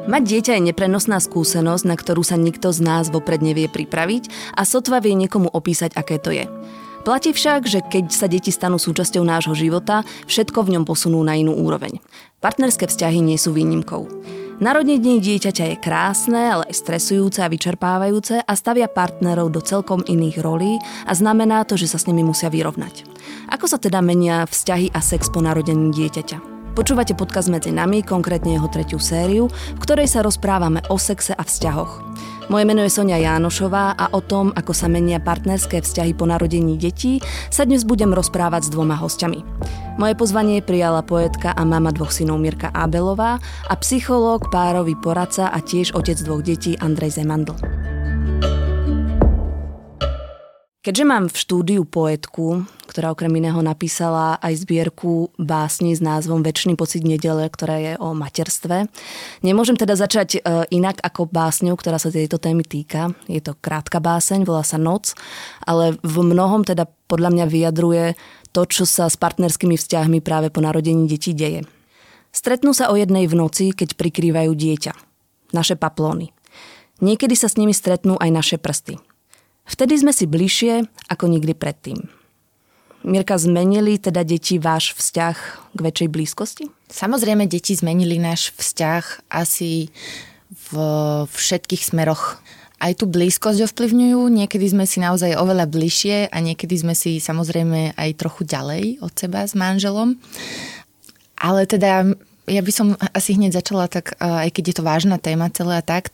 Mať dieťa je neprenosná skúsenosť, na ktorú sa nikto z nás vopred nevie pripraviť a sotva vie niekomu opísať, aké to je. Platí však, že keď sa deti stanú súčasťou nášho života, všetko v ňom posunú na inú úroveň. Partnerské vzťahy nie sú výnimkou. Narodenie dieťaťa je krásne, ale aj stresujúce a vyčerpávajúce a stavia partnerov do celkom iných rolí a znamená to, že sa s nimi musia vyrovnať. Ako sa teda menia vzťahy a sex po narodení dieťaťa? Počúvate podcast Medzi nami, konkrétne jeho 3. sériu, v ktorej sa rozprávame o sexe a vzťahoch. Moje meno je Sonia Jánošová a o tom, ako sa menia partnerské vzťahy po narodení detí, sa dnes budem rozprávať s 2 hostiami. Moje pozvanie prijala poetka a mama 2 synov Mirka Ábelová a psychológ, párový poradca a tiež otec 2 detí Andrej Zemandl. Keďže mám v štúdiu poetku, ktorá okrem iného napísala aj zbierku básni s názvom Večný pocit nedele, ktorá je o materstve, nemôžem teda začať inak ako básňou, ktorá sa tejto témy týka. Je to krátka báseň, volá sa Noc, ale v mnohom teda podľa mňa vyjadruje to, čo sa s partnerskými vzťahmi práve po narodení detí deje. Stretnú sa o jednej v noci, keď prikrývajú dieťa. Naše paplóny. Niekedy sa s nimi stretnú aj naše prsty. Vtedy sme si bližšie ako nikdy predtým. Mirka, zmenili teda deti váš vzťah k väčšej blízkosti? Samozrejme, deti zmenili náš vzťah asi v všetkých smeroch. Aj tú blízkosť ovplyvňujú, niekedy sme si naozaj oveľa bližšie a niekedy sme si samozrejme aj trochu ďalej od seba s manželom. Ale teda ja by som asi hneď začala tak, aj keď je to vážna téma celá tak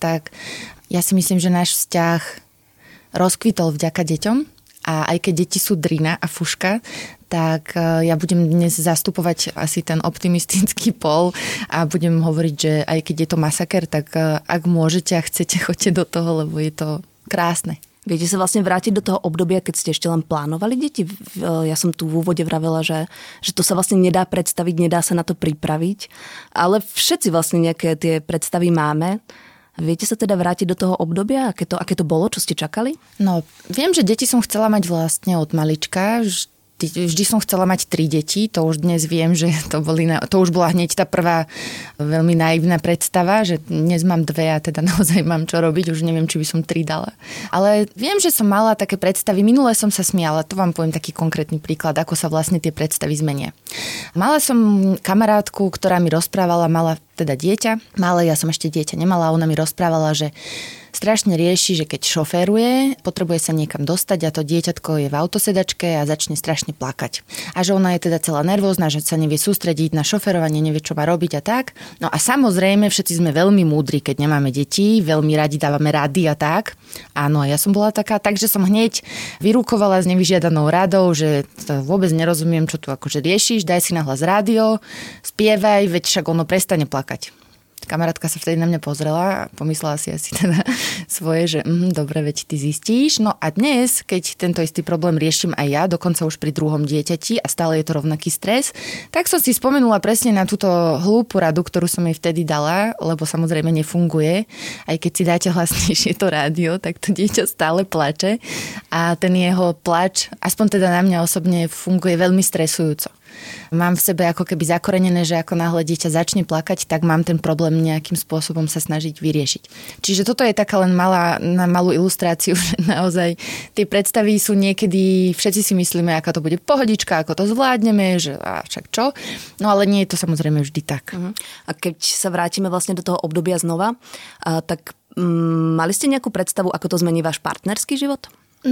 ja si myslím, že náš vzťah rozkvitol vďaka deťom a aj keď deti sú drina a fuška, tak ja budem dnes zastupovať asi ten optimistický pol a budem hovoriť, že aj keď je to masaker, tak ak môžete a chcete, choďte do toho, lebo je to krásne. Viete sa vlastne vrátiť do toho obdobia, keď ste ešte len plánovali deti? Ja som tu v úvode vravela, že to sa vlastne nedá predstaviť, nedá sa na to pripraviť, ale všetci vlastne nejaké tie predstavy máme. Viete sa teda vrátiť do toho obdobia? Aké to bolo? Čo ste čakali? No, viem, že deti som chcela mať vlastne od malička. Vždy som chcela mať 3 deti. To už dnes viem, že to už bola hneď tá prvá veľmi naivná predstava, že dnes mám 2 a teda naozaj mám čo robiť. Už neviem, či by som 3 dala. Ale viem, že som mala také predstavy. Minule som sa smiala. To vám poviem taký konkrétny príklad, ako sa vlastne tie predstavy zmenia. Mala som kamarátku, ktorá mi rozprávala, mala teda dieťa. Malé, ja som ešte dieťa nemala. Ona mi rozprávala, že strašne rieši, že keď šoféruje, potrebuje sa niekam dostať a to dieťatko je v autosedačke a začne strašne plakať. A že ona je teda celá nervózna, že sa nevie sústrediť na šoférovanie, nevie, čo má robiť a tak. No a samozrejme, všetci sme veľmi múdri, keď nemáme deti, veľmi radi dávame rady a tak. Áno, ja som bola taká, takže som hneď vyrúkovala s nevyžiadanou radou, že to vôbec nerozumiem, čo tu akože riešiš, daj si nahlas rádio, spievaj, veď však ono prestane plakať. Kamarátka sa vtedy na mňa pozrela a pomyslela si asi teda svoje, že dobre, veď ty zistíš. No a dnes, keď tento istý problém riešim aj ja, dokonca už pri 2. dieťati a stále je to rovnaký stres, tak som si spomenula presne na túto hlúpu radu, ktorú som jej vtedy dala, lebo samozrejme nefunguje. Aj keď si dáte hlasnejšie to rádio, tak to dieťa stále plače a ten jeho plač, aspoň teda na mňa osobne, funguje veľmi stresujúco. Mám v sebe ako keby zakorenené, že ako náhle dieťa začne plakať, tak mám ten problém nejakým spôsobom sa snažiť vyriešiť. Čiže toto je taká len na malú ilustráciu, že naozaj tie predstavy sú niekedy, všetci si myslíme, aká to bude pohodička, ako to zvládneme, že a však čo. No ale nie je to samozrejme vždy tak. A keď sa vrátime vlastne do toho obdobia znova, tak mali ste nejakú predstavu, ako to zmení váš partnerský život?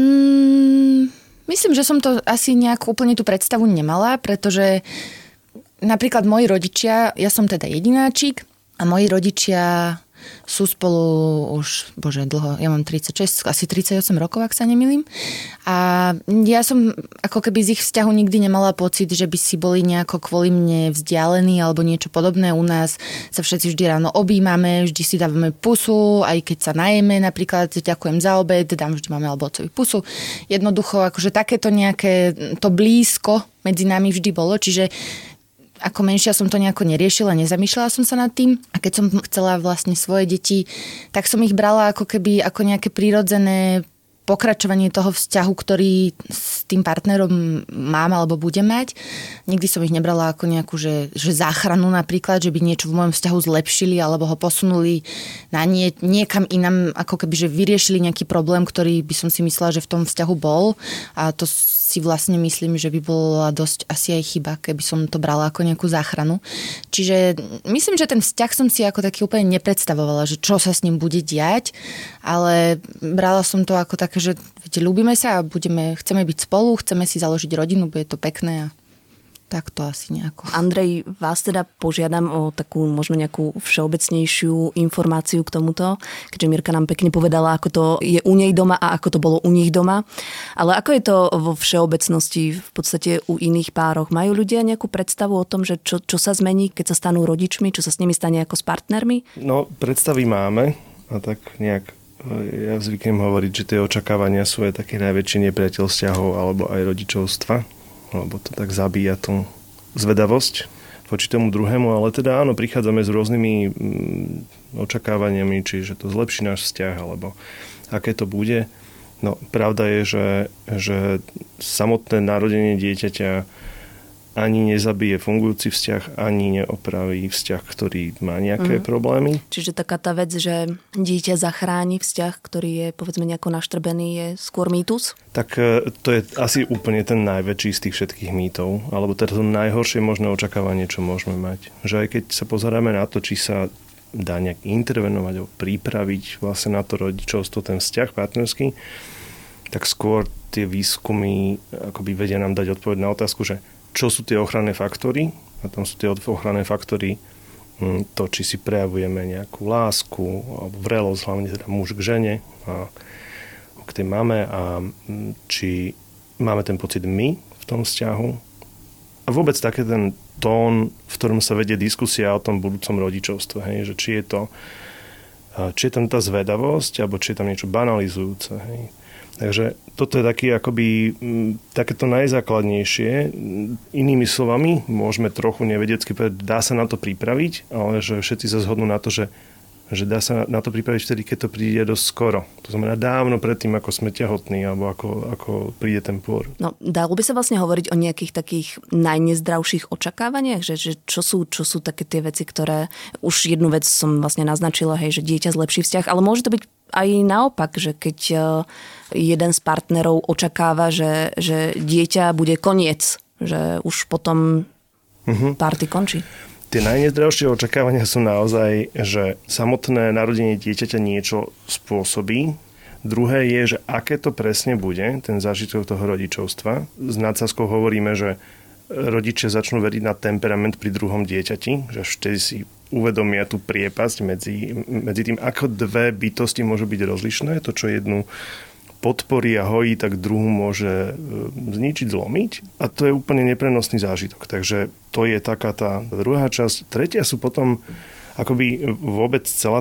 Myslím, že som to asi nejakú úplne tú predstavu nemala, pretože napríklad moji rodičia, ja som teda jedináčik a moji rodičia sú spolu už, dlho, ja mám 36, asi 38 rokov, ak sa nemýlim. A ja som ako keby z ich vzťahu nikdy nemala pocit, že by si boli nejako kvôli mne vzdialení alebo niečo podobné. U nás sa všetci vždy ráno objímame, vždy si dávame pusu, aj keď sa najeme, napríklad ďakujem za obed, dám vždy máme alebo otcovi pusu. Jednoducho, akože takéto nejaké to blízko medzi nami vždy bolo, čiže ako menšia som to nejako neriešila, nezamýšľala som sa nad tým. A keď som chcela vlastne svoje deti, tak som ich brala ako keby ako nejaké prirodzené pokračovanie toho vzťahu, ktorý s tým partnerom mám alebo budem mať. Nikdy som ich nebrala ako nejakú, že záchranu napríklad, že by niečo v mojom vzťahu zlepšili alebo ho posunuli na niekam inam, ako keby, že vyriešili nejaký problém, ktorý by som si myslela, že v tom vzťahu bol. A to si vlastne myslím, že by bola dosť asi aj chyba, keby som to brala ako nejakú záchranu. Čiže myslím, že ten vzťah som si ako taký úplne nepredstavovala, že čo sa s ním bude diať, ale brala som to ako také, že viete, ľúbime sa a chceme byť spolu, chceme si založiť rodinu, bude to pekné a tak to asi nejako. Andrej, vás teda požiadam o takú možno nejakú všeobecnejšiu informáciu k tomuto, keďže Mirka nám pekne povedala, ako to je u nej doma a ako to bolo u nich doma. Ale ako je to vo všeobecnosti v podstate u iných pároch? Majú ľudia nejakú predstavu o tom, že čo sa zmení, keď sa stanú rodičmi, čo sa s nimi stane ako s partnermi? No, predstavy máme a tak nejak ja zvyknem hovoriť, že tie očakávania sú aj také najväčšie nepriateľ vzťahov alebo aj rodičovstva, lebo to tak zabíja tú zvedavosť voči tomu druhému, ale teda áno, prichádzame s rôznymi očakávaniami, čiže to zlepší náš vzťah, alebo aké to bude. No, pravda je, že samotné narodenie dieťaťa ani nezabije fungujúci vzťah, ani neopraví vzťah, ktorý má nejaké problémy. Čiže taká tá vec, že dieťa zachráni vzťah, ktorý je povedzme nejako naštrbený, je skôr mýtus? Tak to je asi úplne ten najväčší z tých všetkých mýtov, alebo teda to najhoršie možné očakávanie, čo môžeme mať. Že aj keď sa pozeráme na to, či sa dá nejak intervenovať alebo pripraviť vlastne na to rodičovstvo, ten vzťah partnerský, tak skôr tie výskumy akoby vedia nám dať odpoveď na otázku, že čo sú tie ochranné faktory? A tam sú tie ochranné faktory to, či si prejavujeme nejakú lásku alebo vrelosť, hlavne teda muž k žene a k tej mame a či máme ten pocit my v tom vzťahu. A vôbec taký ten tón, v ktorom sa vedie diskusia o tom budúcom rodičovstve. Hej? Že či je tam tá zvedavosť alebo či je tam niečo banalizujúce. Hej? Takže toto je taký akoby takéto najzákladnejšie. Inými slovami, môžeme trochu nevedecky povedať, dá sa na to pripraviť, ale že všetci sa zhodnú na to, že dá sa na to pripraviť vtedy, keď to príde dosť skoro. To znamená dávno predtým, ako sme tehotní, alebo ako príde ten pôrod. No, dalo by sa vlastne hovoriť o nejakých takých najnezdravších očakávaniach, že čo sú také tie veci, ktoré už jednu vec som vlastne naznačila, hej, že dieťa zlepší vzťah, ale môže to byť aj naopak, že keď jeden z partnerov očakáva, že dieťa bude koniec, že už potom party končí. Tie najnezdravšie očakávania sú naozaj, že samotné narodenie dieťaťa niečo spôsobí. Druhé je, že aké to presne bude, ten zážitok toho rodičovstva. S nadsázkou hovoríme, že rodičia začnú veriť na temperament pri druhom dieťati, že vtedy si uvedomia tú priepasť medzi tým, ako dve bytosti môžu byť rozlišné. To, čo jednu podporí a hojí, tak druhú môže zničiť, zlomiť. A to je úplne neprenosný zážitok. Takže to je taká tá druhá časť. Tretia sú potom akoby vôbec celá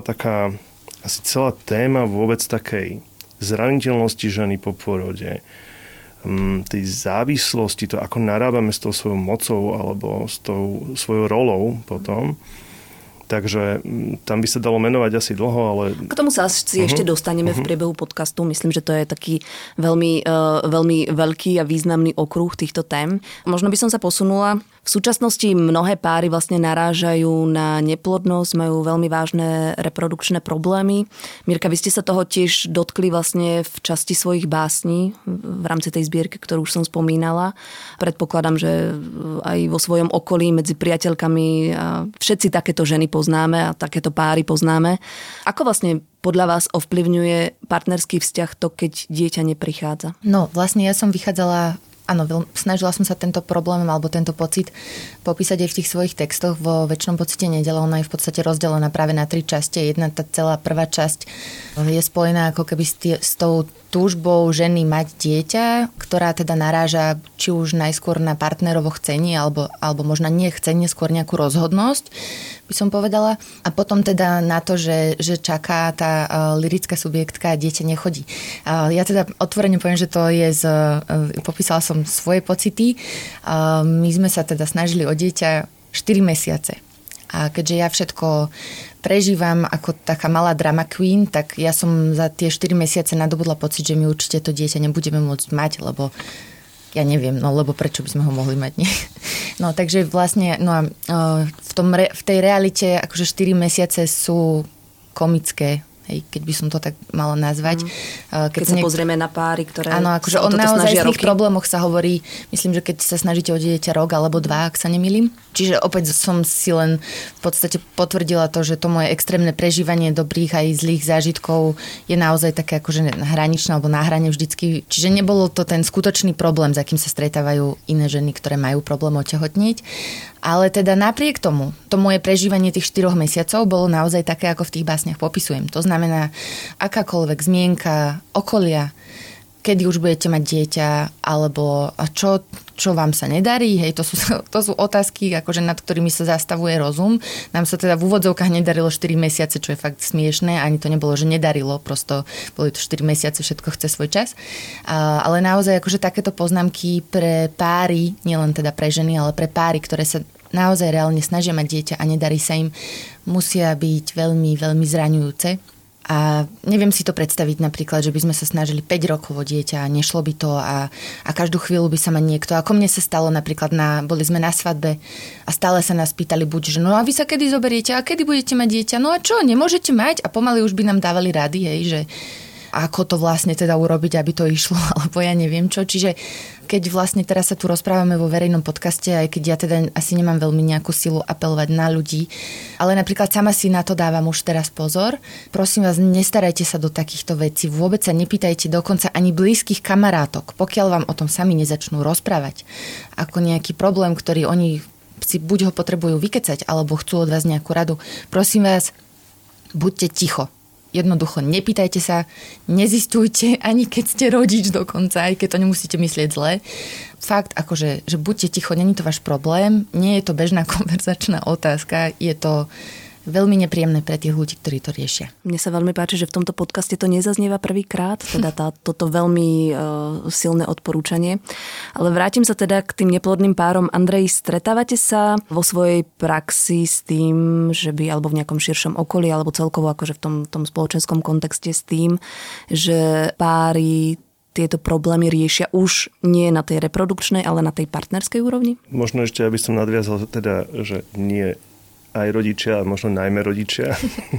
téma vôbec takej zraniteľnosti ženy po pôrode, tej závislosti, to ako narábame s tou svojou mocou alebo s tou svojou rolou potom. Takže tam by sa dalo menovať asi dlho, ale... K tomu sa asi ešte dostaneme v priebehu podcastu. Myslím, že to je taký veľmi, veľmi veľký a významný okruh týchto tém. Možno by som sa posunula. V súčasnosti mnohé páry vlastne narážajú na neplodnosť, majú veľmi vážne reprodukčné problémy. Mirka, vy ste sa toho tiež dotkli vlastne v časti svojich básní v rámci tej zbierky, ktorú už som spomínala. Predpokladám, že aj vo svojom okolí medzi priateľkami všetci takéto ženy poznáme a takéto páry poznáme. Ako vlastne podľa vás ovplyvňuje partnerský vzťah to, keď dieťa neprichádza? No, vlastne ja som vychádzala... Áno, snažila som sa tento problém alebo tento pocit popísať aj v tých svojich textoch. Vo Večnom pocite nedele ona je v podstate rozdelená práve na 3 časti. Jedna tá celá prvá časť je spojená ako keby s tou túžbou ženy mať dieťa, ktorá teda naráža či už najskôr na partnerovo chcenie alebo možno nie chcenie, skôr nejakú rozhodnosť, by som povedala. A potom teda na to, že čaká tá lyrická subjektka a dieťa nechodí. Ja teda otvorene poviem, že to je popísala som svoje pocity. My sme sa teda snažili o dieťa 4 mesiace. A keďže ja všetko prežívam ako taká malá drama queen, tak ja som za tie 4 mesiace nadobudla pocit, že my určite to dieťa nebudeme môcť mať, lebo ja neviem, no lebo prečo by sme ho mohli mať, nie? No takže vlastne, no a v tej realite akože 4 mesiace sú komické, hej, keď by som to tak mala nazvať. Keď sa pozrieme na páry, ktoré áno, akože o naozajstných problémoch sa hovorí, myslím, že keď sa snažíte o dieťa rok alebo 2, ak sa nemýlim. Čiže opäť som si len v podstate potvrdila to, že to moje extrémne prežívanie dobrých aj zlých zážitkov je naozaj také akože hraničné alebo na hrane vždycky. Čiže nebolo to ten skutočný problém, za kým sa stretávajú iné ženy, ktoré majú problém otehotniť. Ale teda napriek tomu, to moje prežívanie tých 4 mesiacov bolo naozaj také, ako v tých básniach popisujem. To znamená, akákoľvek zmienka okolia, kedy už budete mať dieťa, alebo a čo vám sa nedarí, hej, to sú otázky, akože nad ktorými sa zastavuje rozum. Nám sa teda v úvodzovkách nedarilo 4 mesiace, čo je fakt smiešné, ani to nebolo, že nedarilo, prosto boli to 4 mesiace, všetko chce svoj čas. Ale naozaj akože takéto poznámky pre páry, nielen teda pre ženy, ale pre páry, ktoré sa naozaj reálne snažia mať dieťa a nedarí sa im, musia byť veľmi, veľmi zraňujúce. A neviem si to predstaviť napríklad, že by sme sa snažili 5 rokov o dieťa a nešlo by to a každú chvíľu by sa ma niekto, ako mne sa stalo napríklad, boli sme na svadbe a stále sa nás pýtali buď, že no a vy sa kedy zoberiete a kedy budete mať dieťa, no a čo, nemôžete mať? A pomaly už by nám dávali rady, hej, že ako to vlastne teda urobiť, aby to išlo, alebo ja neviem čo. Čiže keď vlastne teraz sa tu rozprávame vo verejnom podcaste, aj keď ja teda asi nemám veľmi nejakú silu apelovať na ľudí, ale napríklad sama si na to dávam už teraz pozor. Prosím vás, nestarajte sa do takýchto vecí. Vôbec sa nepýtajte dokonca ani blízkych kamarátok, pokiaľ vám o tom sami nezačnú rozprávať. Ako nejaký problém, ktorý oni si buď ho potrebujú vykecať, alebo chcú od vás nejakú radu. Prosím vás, buďte ticho. Jednoducho nepýtajte sa, nezisťujte, ani keď ste rodič dokonca, aj keď to nemusíte myslieť zle. Fakt, akože, že buďte ticho, není to váš problém, nie je to bežná konverzačná otázka, je to veľmi nepríjemné pre tých ľudí, ktorí to riešia. Mne sa veľmi páči, že v tomto podcaste to nezaznieva prvýkrát, teda toto veľmi silné odporúčanie. Ale vrátim sa teda k tým neplodným párom. Andrej, stretávate sa vo svojej praxi s tým, že by, alebo v nejakom širšom okolí, alebo celkovo akože v tom spoločenskom kontexte s tým, že páry tieto problémy riešia už nie na tej reprodukčnej, ale na tej partnerskej úrovni? Možno ešte, aby som nadviazal teda, že nie aj rodičia, a možno najmä rodičia,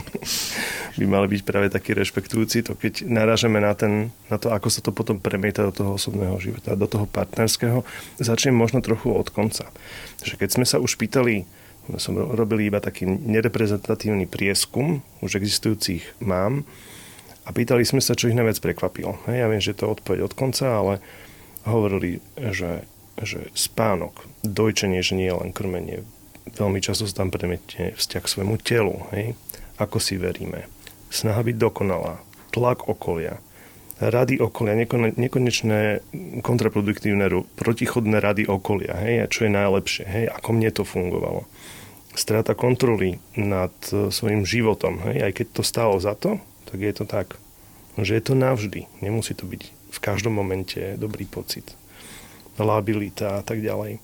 by mali byť práve takí rešpektujúci, to keď narážame na to, ako sa to potom premieta do toho osobného života, do toho partnerského, začnem možno trochu od konca. Že keď sme sa už pýtali, som robili iba taký nereprezentatívny prieskum už existujúcich mám a pýtali sme sa, čo ich najviac prekvapilo. Ja viem, že to je odpoveď od konca, ale hovorili, že spánok, dojčenie, že nie je len krmenie, veľmi často sa tam premietne vzťah k svojmu telu, hej? Ako si veríme. Snaha byť dokonalá, tlak okolia, rady okolia, nekonečné kontraproduktívne protichodné rady okolia, hej? A čo je najlepšie, hej? Ako mne to fungovalo. Strata kontroly nad svojim životom, hej? Aj keď to stálo za to, tak je to tak, že je to navždy. Nemusí to byť v každom momente dobrý pocit. Labilita a tak ďalej.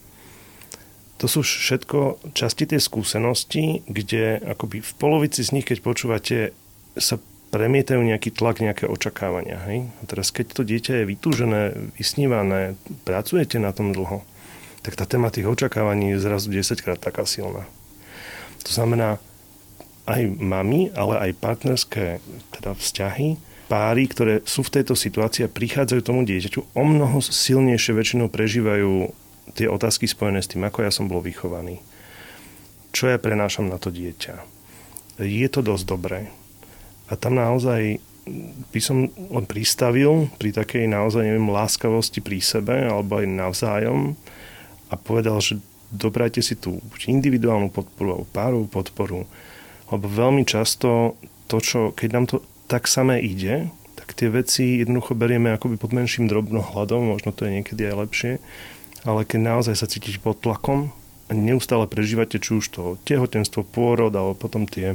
To sú všetko časti tej skúsenosti, kde akoby v polovici z nich, keď počúvate, sa premietajú nejaký tlak, nejaké očakávania. Hej? A teraz, keď to dieťa je vytúžené, vysnívané, pracujete na tom dlho, tak tá téma tých očakávaní je zrazu 10-krát taká silná. To znamená, aj mami, ale aj partnerské teda vzťahy, páry, ktoré sú v tejto situácii a prichádzajú tomu dieťaťu, o mnoho silnejšie väčšinou prežívajú tie otázky spojené s tým, ako ja som bol vychovaný. Čo ja prenášam na to dieťa. Je to dosť dobré. A tam naozaj by som len pristavil pri takej naozaj, neviem, láskavosti pri sebe alebo aj navzájom a povedal, že dobrajte si tú individuálnu podporu alebo párovú podporu. Lebo veľmi často to, čo, keď nám to tak samé ide, tak tie veci jednoducho berieme akoby pod menším drobnohľadom, možno to je niekedy aj lepšie. Ale keď naozaj sa cítite pod tlakom a neustále prežívate, či už to tehotenstvo, pôrod, alebo potom tie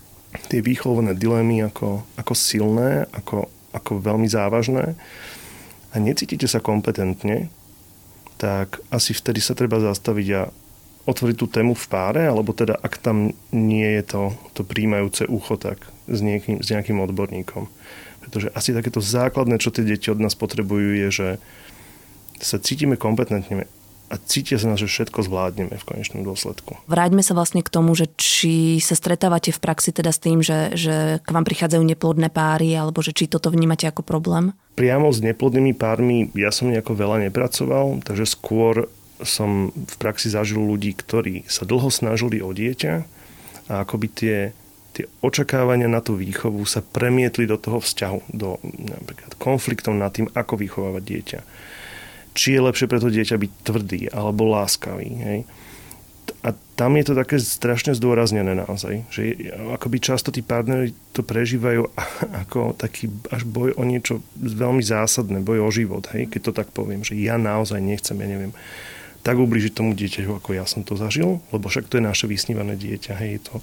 výchovné dilemy ako silné, ako veľmi závažné a necítite sa kompetentne, tak asi vtedy sa treba zastaviť a otvoriť tú tému v páre, alebo teda ak tam nie je to príjmajúce ucho, tak s nejakým odborníkom. Pretože asi takéto základné, čo tie deti od nás potrebujú, je, že sa cítime kompetentne a cítia sa nás, že všetko zvládneme v konečnom dôsledku. Vráťme sa vlastne k tomu, že či sa stretávate v praxi teda s tým, že k vám prichádzajú neplodné páry, alebo že či toto vnímate ako problém? Priamo s neplodnými pármi ja som nejako veľa nepracoval, takže skôr som v praxi zažil ľudí, ktorí sa dlho snažili o dieťa a akoby tie očakávania na tú výchovu sa premietli do toho vzťahu, do napríklad konfliktov nad tým, ako vychovávať dieťa. Či je lepšie pre to dieťa byť tvrdý alebo láskavý. Hej? A tam je to také strašne zdôraznené naozaj, že akoby často tí partneri to prežívajú ako taký až boj o niečo veľmi zásadné, boj o život, hej? Keď to tak poviem, že ja naozaj nechcem, ja neviem, tak ublížiť tomu dieťaťu, ako ja som to zažil, lebo však to je naše vysnívané dieťa, hej, to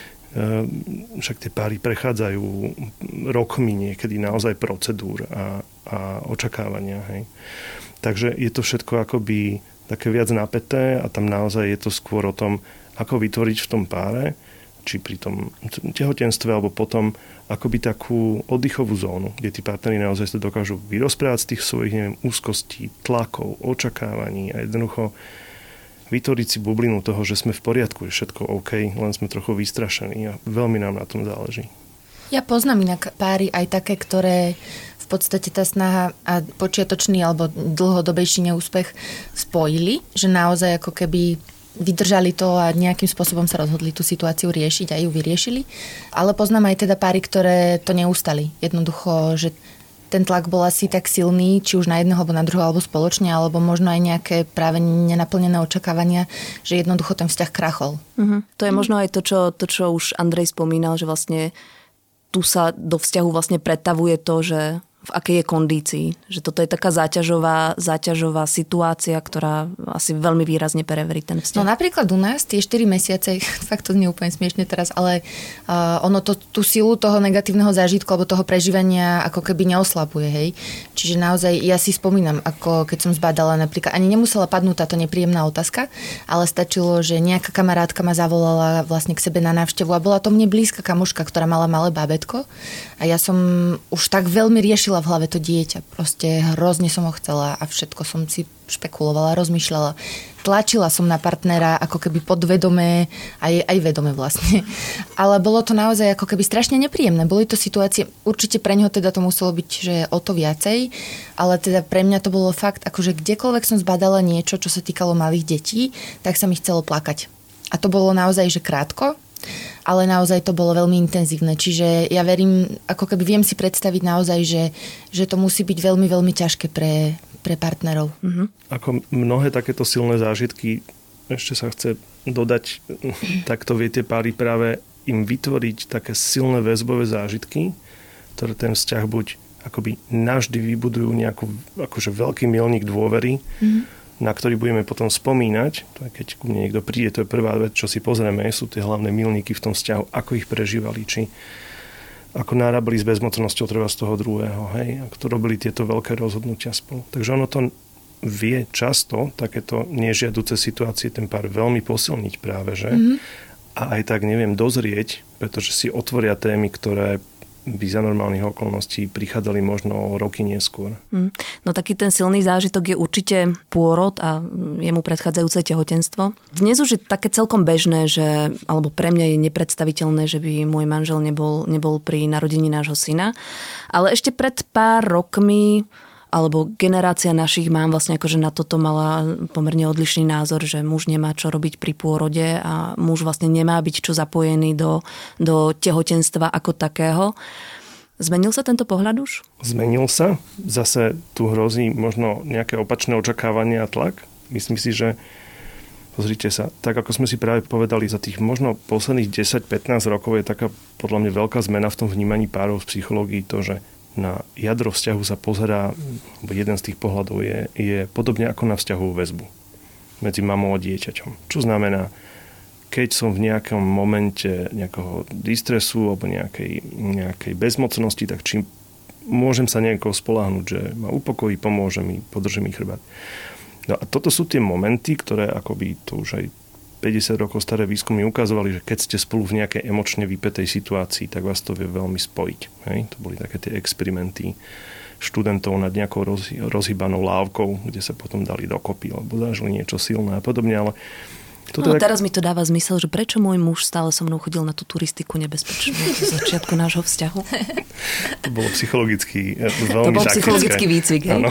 však tie páry prechádzajú rokmi niekedy naozaj procedúr a očakávania, hej. Takže je to všetko akoby také viac napäté a tam naozaj je to skôr o tom, ako vytvoriť v tom páre, či pri tom tehotenstve, alebo potom akoby takú oddychovú zónu, kde tí partneri naozaj sa dokážu vyrozprávať z tých svojich, neviem, úzkostí, tlakov, očakávaní a jednoducho vytvoriť si bublinu toho, že sme v poriadku, že všetko OK, len sme trochu vystrašení a veľmi nám na tom záleží. Ja poznám inak páry aj také, ktoré v podstate tá snaha a počiatočný alebo dlhodobejší neúspech spojili, že naozaj ako keby vydržali to a nejakým spôsobom sa rozhodli tú situáciu riešiť a ju vyriešili. Ale poznám aj teda páry, ktoré to neustali. Jednoducho, že ten tlak bol asi tak silný, či už na jedného, alebo na druhého, alebo spoločne, alebo možno aj nejaké práve nenaplnené očakávania, že jednoducho ten vzťah krachol. To je možno aj to, čo už Andrej spomínal, že vlastne tu sa do vzťahu vlastne pretavuje to, že v akej je kondícii. Že toto je taká záťažová situácia, ktorá asi veľmi výrazne preverí ten vzťah. No napríklad u nás tie 4 mesiace, fakt to znie úplne smiešne teraz, ale ono tú silu toho negatívneho zážitku alebo toho prežívania ako keby neoslabuje, hej. Čiže naozaj ja si spomínam, ako keď som zbadala napríklad, ani nemusela padnúť táto nepríjemná otázka, ale stačilo, že nejaká kamarátka ma zavolala vlastne k sebe na návštevu a bola to mne blízka kamoška, ktorá mala malé bábätko a ja som už tak veľmi riešila v hlave to dieťa. Proste hrozne som ho chcela a všetko som si špekulovala, rozmýšľala. Tlačila som na partnera ako keby podvedome, aj vedome vlastne. Ale bolo to naozaj ako keby strašne nepríjemné. Boli to situácie, určite pre ňoho teda to muselo byť, že o to viacej, ale teda pre mňa to bolo fakt, akože kdekoľvek som zbadala niečo, čo sa týkalo malých detí, tak sa mi chcelo plakať. A to bolo naozaj, že krátko, ale naozaj to bolo veľmi intenzívne. Čiže ja verím, ako keby viem si predstaviť naozaj, že to musí byť veľmi, veľmi ťažké pre partnerov. Ako mnohé takéto silné zážitky, ešte sa chce dodať, takto viete páry práve im vytvoriť také silné väzbové zážitky, ktoré ten vzťah buď akoby navždy vybudujú nejakú akože veľký milník dôvery, na ktorý budeme potom spomínať. Keď ku mne niekto príde, to je prvá vec, čo si pozrieme, sú tie hlavné milníky v tom vzťahu, ako ich prežívali, či ako narábali s bezmocnosťou treba z toho druhého, hej, ako to robili tieto veľké rozhodnutia spolu. Takže ono to vie často, takéto nežiaduce situácie, ten pár veľmi posilniť práve, že? A aj tak, neviem, dozrieť, pretože si otvoria témy, ktoré by za normálnych okolností prichádzali možno o roky neskôr. No taký ten silný zážitok je určite pôrod a jemu predchádzajúce tehotenstvo. Dnes už je také celkom bežné, alebo pre mňa je nepredstaviteľné, že by môj manžel nebol pri narodení nášho syna. Ale ešte pred pár rokmi alebo generácia našich mám vlastne akože na toto mala pomerne odlišný názor, že muž nemá čo robiť pri pôrode a muž vlastne nemá byť čo zapojený do tehotenstva ako takého. Zmenil sa tento pohľad už? Zmenil sa. Zase tu hrozí možno nejaké opačné očakávanie a tlak. Myslím si, že pozrite sa, tak ako sme si práve povedali, za tých možno posledných 10-15 rokov je taká podľa mňa veľká zmena v tom vnímaní párov v psychológii to, že na jadro vzťahu sa pozerá, jeden z tých pohľadov je podobne ako na vzťahovú väzbu medzi mamou a dieťaťom. Čo znamená, keď som v nejakom momente nejakého distresu alebo nejakej bezmocnosti, tak čím môžem sa nejako spoľahnúť, že ma upokojí, pomôže mi, podrží mi chrbát. No a toto sú tie momenty, ktoré akoby to už aj 50 rokov staré výskumy ukazovali, že keď ste spolu v nejakej emočne vypätej situácii, tak vás to vie veľmi spojiť. Hej? To boli také tie experimenty študentov nad nejakou rozhýbanou lávkou, kde sa potom dali dokopy, alebo zažili niečo silné a podobne, ale teraz mi to dáva zmysel, že prečo môj muž stále so mnou chodil na tú turistiku nebezpečnú z začiatku nášho vzťahu. To bolo psychologicky veľmi taktické. Psychologický výcvik, hej?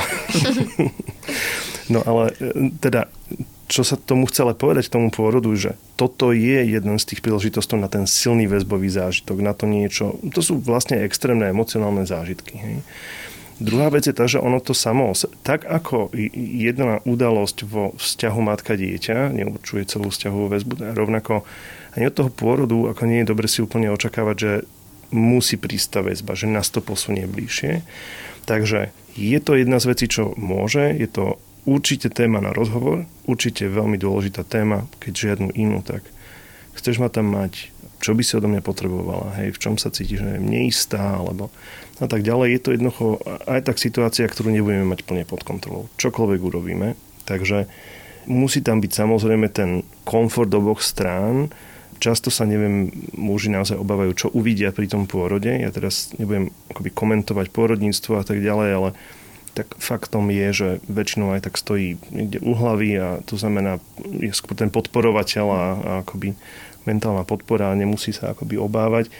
No ale teda, čo sa tomu chcela povedať k tomu pôrodu, že toto je jeden z tých príležitostí na ten silný väzbový zážitok, na to niečo, to sú vlastne extrémne emocionálne zážitky, hej. Druhá vec je tá, že ono to samo, tak ako jedna udalosť vo vzťahu matka-dieťa neurčuje celú vzťahovú väzbu, rovnako ani od toho pôrodu, ako nie je dobre si úplne očakávať, že musí prísť tá väzba, že nás to posunie bližšie. Takže je to jedna z vecí, čo môže, je to určite téma na rozhovor, určite veľmi dôležitá téma, keď žiadnu inú, tak chceš ma tam mať, čo by si odo mňa potrebovala, hej, v čom sa cítiš, že neistá, alebo a tak ďalej. Je to jednoducho aj tak situácia, ktorú nebudeme mať plne pod kontrolou. Čokoľvek urobíme. Takže musí tam byť samozrejme ten komfort oboch strán. Často sa, muži naozaj obávajú, čo uvidia pri tom pôrode. Ja teraz nebudem akoby komentovať pôrodníctvo a tak ďalej, ale tak faktom je, že väčšinou aj tak stojí niekde u hlavy a to znamená, je skôr ten podporovateľ a akoby mentálna podpora a nemusí sa akoby obávať.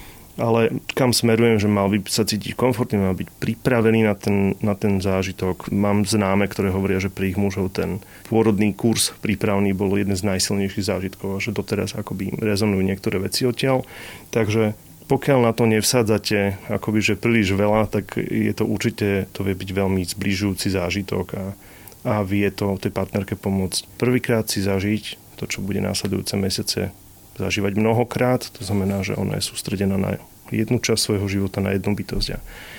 Ale kam smerujem, že mal by sa cítiť komfortne, mal byť pripravený na ten zážitok. Mám známe, ktoré hovoria, že pri ich mužov ten pôrodný kurz prípravný bol jeden z najsilnejších zážitkov a že doteraz akoby rezonujú niektoré veci odtiaľ. Takže pokiaľ na to nevsádzate akoby, že príliš veľa, tak je to určite, to vie byť veľmi zbližujúci zážitok a vie to tej partnerke pomôcť prvýkrát si zažiť to, čo bude následujúce mesiace zažívať mnohokrát, to znamená, že ona je sústredená na jednu časť svojho života, na jednu bytosť a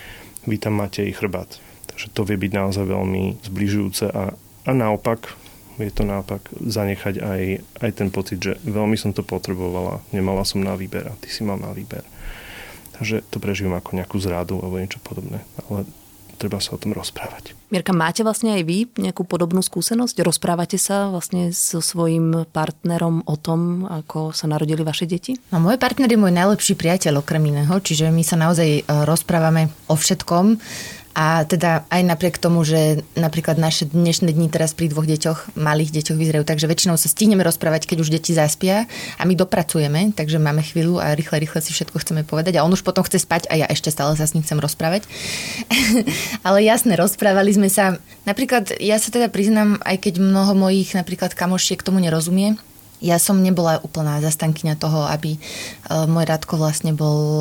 vy tam máte jej chrbát. Takže to vie byť naozaj veľmi zbližujúce a naopak, je to naopak zanechať aj ten pocit, že veľmi som to potrebovala, nemala som na výber a ty si mal na výber. Takže to prežívam ako nejakú zradu alebo niečo podobné, ale treba sa o tom rozprávať. Mirka, máte vlastne aj vy nejakú podobnú skúsenosť? Rozprávate sa vlastne so svojím partnerom o tom, ako sa narodili vaše deti? No, môj partner je môj najlepší priateľ okrem iného, čiže my sa naozaj rozprávame o všetkom. A teda aj napriek tomu, že napríklad naše dnešné dni teraz pri 2 deťoch, malých deťoch vyzerajú tak, že väčšinou sa stihneme rozprávať, keď už deti zaspia a my dopracujeme, takže máme chvíľu a rýchle si všetko chceme povedať a on už potom chce spať a ja ešte stále sa s ním chcem rozprávať. Ale jasne, rozprávali sme sa. Napríklad ja sa teda priznám, aj keď mnoho mojich napríklad kamošiek tomu nerozumie, ja som nebola úplná zastankyňa toho, aby môj Radko vlastne bol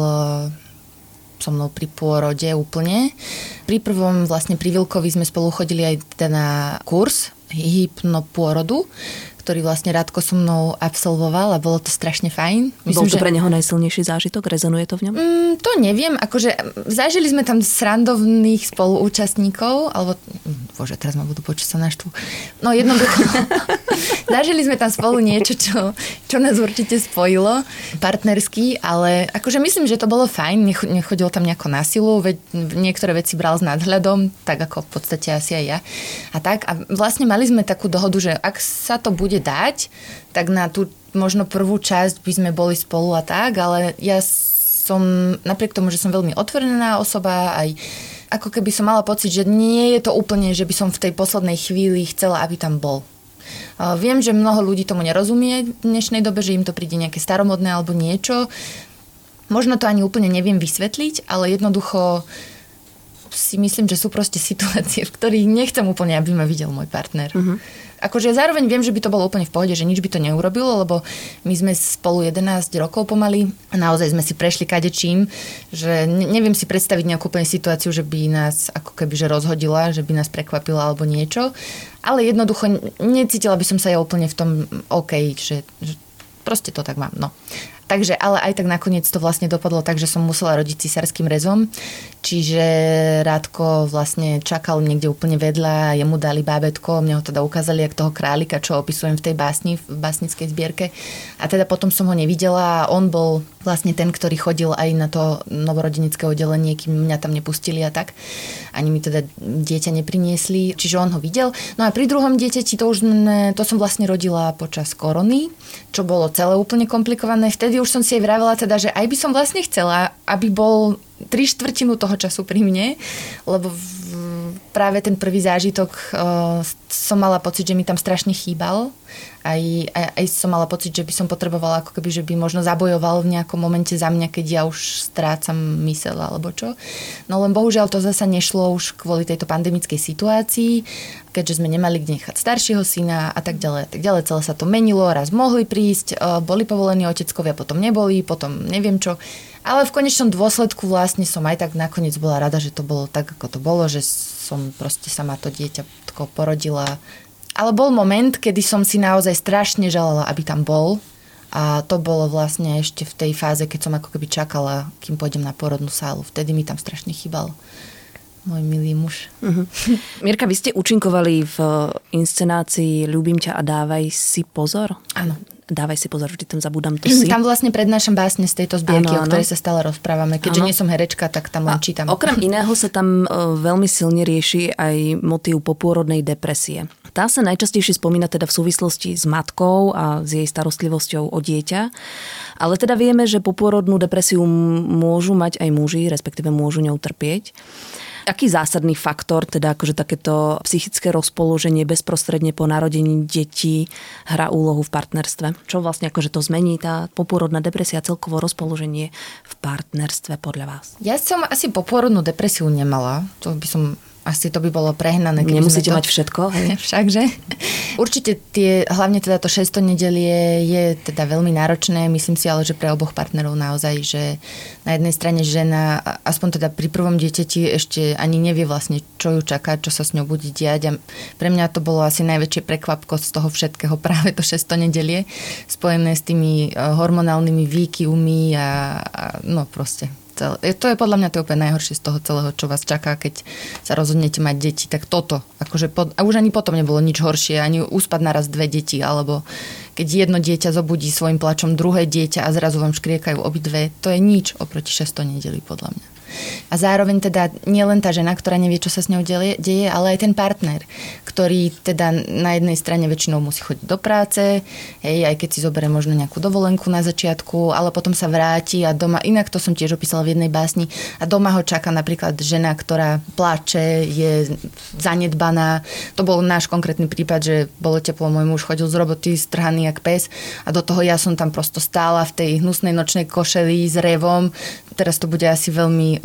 so mnou pri pôrode úplne. Pri prvom vlastne pri Vilkovi sme spolu chodili aj na kurz hypnopôrodu, ktorý vlastne Radko so mnou absolvoval a bolo to strašne fajn. Bol to pre neho najsilnejší zážitok? Rezonuje to v ňom? To neviem. Akože zažili sme tam srandovných spoluúčastníkov, alebo bože, teraz ma budú počuť, sa naštvu. No jednoducho zažili sme tam spolu niečo, čo nás určite spojilo partnersky, ale akože myslím, že to bolo fajn. Nechodil tam nejako na silu, veď niektoré veci bral s nadhľadom, tak ako v podstate asi aj ja. A tak. A vlastne mali sme takú dohodu, že ak sa to bude dať, tak na tú možno prvú časť by sme boli spolu a tak, ale ja som, napriek tomu, že som veľmi otvorená osoba, aj ako keby som mala pocit, že nie je to úplne, že by som v tej poslednej chvíli chcela, aby tam bol. Viem, že mnoho ľudí tomu nerozumie v dnešnej dobe, že im to príde nejaké staromodné alebo niečo. Možno to ani úplne neviem vysvetliť, ale jednoducho si myslím, že sú proste situácie, v ktorých nechcem úplne, aby ma videl môj partner. Akože zároveň viem, že by to bolo úplne v pohode, že nič by to neurobilo, lebo my sme spolu 11 rokov pomaly a naozaj sme si prešli kadečím, že neviem si predstaviť nejakú úplne situáciu, že by nás ako keby že rozhodila, že by nás prekvapila alebo niečo, ale jednoducho necítila by som sa ja úplne v tom OK, že proste to tak mám, no. Takže, ale aj tak nakoniec to vlastne dopadlo tak, že som musela rodiť císarským rezom. Čiže Rádko vlastne čakal niekde úplne vedľa, jemu dali bábätko, mne ho teda ukázali jak toho králika, čo opisujem v tej básni, v básnickej zbierke. A teda potom som ho nevidela a on bol vlastne ten, ktorý chodil aj na to novorodenické oddelenie, kým mňa tam nepustili a tak. Ani mi teda dieťa nepriniesli, čiže on ho videl. No a pri druhom dieťati to som vlastne rodila počas korony, čo bolo celé úplne komplikované. Vtedy už som si aj vravela teda, že aj by som vlastne chcela, aby bol 3/4 toho času pri mne, lebo práve ten prvý zážitok som mala pocit, že mi tam strašne chýbal. Aj som mala pocit, že by som potrebovala, ako keby, že by možno zabojoval v nejakom momente za mňa, keď ja už strácam myseľ alebo čo. No len bohužiaľ to zasa nešlo už kvôli tejto pandemickej situácii, keďže sme nemali kde nechať staršieho syna a tak ďalej. Tak ďalej celé sa to menilo, raz mohli prísť, boli povolení oteckovia, potom neboli, potom neviem čo. Ale v konečnom dôsledku vlastne som aj tak nakoniec bola rada, že to bolo tak, ako to bolo, že som proste sama to dieťa porodila. Ale bol moment, kedy som si naozaj strašne želala, aby tam bol. A to bolo vlastne ešte v tej fáze, keď som ako keby čakala, kým pôjdem na porodnú sálu. Vtedy mi tam strašne chýbal môj milý muž. Uh-huh. Mirka, vy ste účinkovali v inscenácii Ľúbim ťa a dávaj si pozor? Áno. Dávaj si pozor, vždy tam zabudám to si. Tam vlastne prednášam básne z tejto zbierky, o ktorej sa stále rozprávame. Keďže nie som herečka, tak tam len čítam. Okrem iného sa tam veľmi silne rieši aj motív popôrodnej depresie. Tá sa najčastejšie spomína teda v súvislosti s matkou a s jej starostlivosťou o dieťa. Ale teda vieme, že popôrodnú depresiu môžu mať aj muži, respektíve môžu ňou trpieť. Aký zásadný faktor, teda akože takéto psychické rozpoloženie bezprostredne po narodení detí hrá úlohu v partnerstve? Čo vlastne akože to zmení tá popôrodná depresia, celkovo rozpoloženie v partnerstve podľa vás? Ja som asi popôrodnú depresiu nemala. Asi to by bolo prehnané. Nemusíte mať všetko. Hej? Všakže. Určite hlavne teda to 6. nedelie je teda veľmi náročné. Myslím si ale, že pre oboch partnerov naozaj, že na jednej strane žena, aspoň teda pri prvom dieťati ešte ani nevie vlastne, čo ju čaká, čo sa s ňou bude diať. A pre mňa to bolo asi najväčšie prekvapko z toho všetkého práve to 6. nedelie, spojené s tými hormonálnymi výkyvmi a no proste. To je podľa mňa to úplne najhoršie z toho celého, čo vás čaká, keď sa rozhodnete mať deti. Tak toto, akože a už ani potom nebolo nič horšie, ani uspať naraz 2 deti, alebo keď jedno dieťa zobudí svojim plačom druhé dieťa a zrazu vám škriekajú obidve, to je nič oproti 6. nedeli, podľa mňa. A zároveň teda nie len tá žena, ktorá nevie, čo sa s ňou deje, ale aj ten partner, ktorý teda na jednej strane väčšinou musí chodiť do práce, aj keď si zoberie možno nejakú dovolenku na začiatku, ale potom sa vráti a doma, inak to som tiež opísala v jednej básni, a doma ho čaká napríklad žena, ktorá plače, je zanedbaná. To bol náš konkrétny prípad, že bolo teplo, môj muž chodil z roboty strhaný jak pes a do toho ja som tam prosto stála v tej hnusnej nočnej košeli s revom. Teraz to bude asi veľmi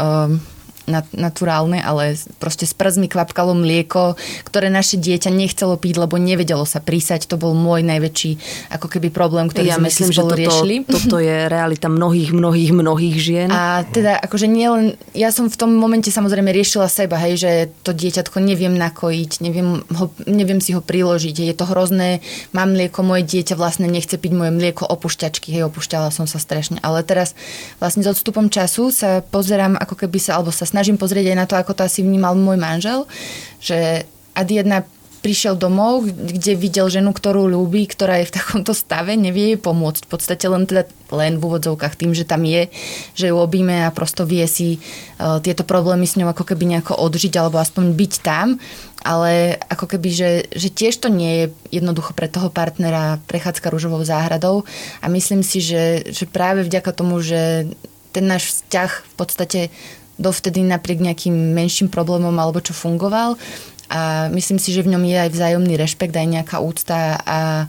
naturálne, ale proste z prs mi kvapkalo mlieko, ktoré naše dieťa nechcelo piť, lebo nevedelo sa prísať. To bol môj najväčší ako keby problém, ktorý sme si spolu riešili. Toto je realita mnohých žien. A teda akože nielen, ja som v tom momente samozrejme riešila seba, hej, že to dieťatko neviem nakojiť, neviem si ho priložiť, je to hrozné, mám mlieko, moje dieťa vlastne nechce piť moje mlieko, opúšťačky, hej, opúšťala som sa strašne. Ale teraz vlastne s odstupom času sa pozerám, ako keby alebo sa snažím pozrieť aj na to, ako to asi vnímal môj manžel, že Adi jedna prišiel domov, kde videl ženu, ktorú ľúbi, ktorá je v takomto stave, nevie jej pomôcť. V podstate len v úvodzovkách tým, že tam je, že ju obíme a prosto vie si tieto problémy s ňou ako keby nejako odžiť alebo aspoň byť tam. Ale ako keby, že tiež to nie je jednoducho pre toho partnera prechádzka ružovou záhradou a myslím si, že práve vďaka tomu, že ten náš vzťah v podstate dovtedy napriek nejakým menším problémom alebo čo fungoval. A myslím si, že v ňom je aj vzájomný rešpekt, aj nejaká úcta a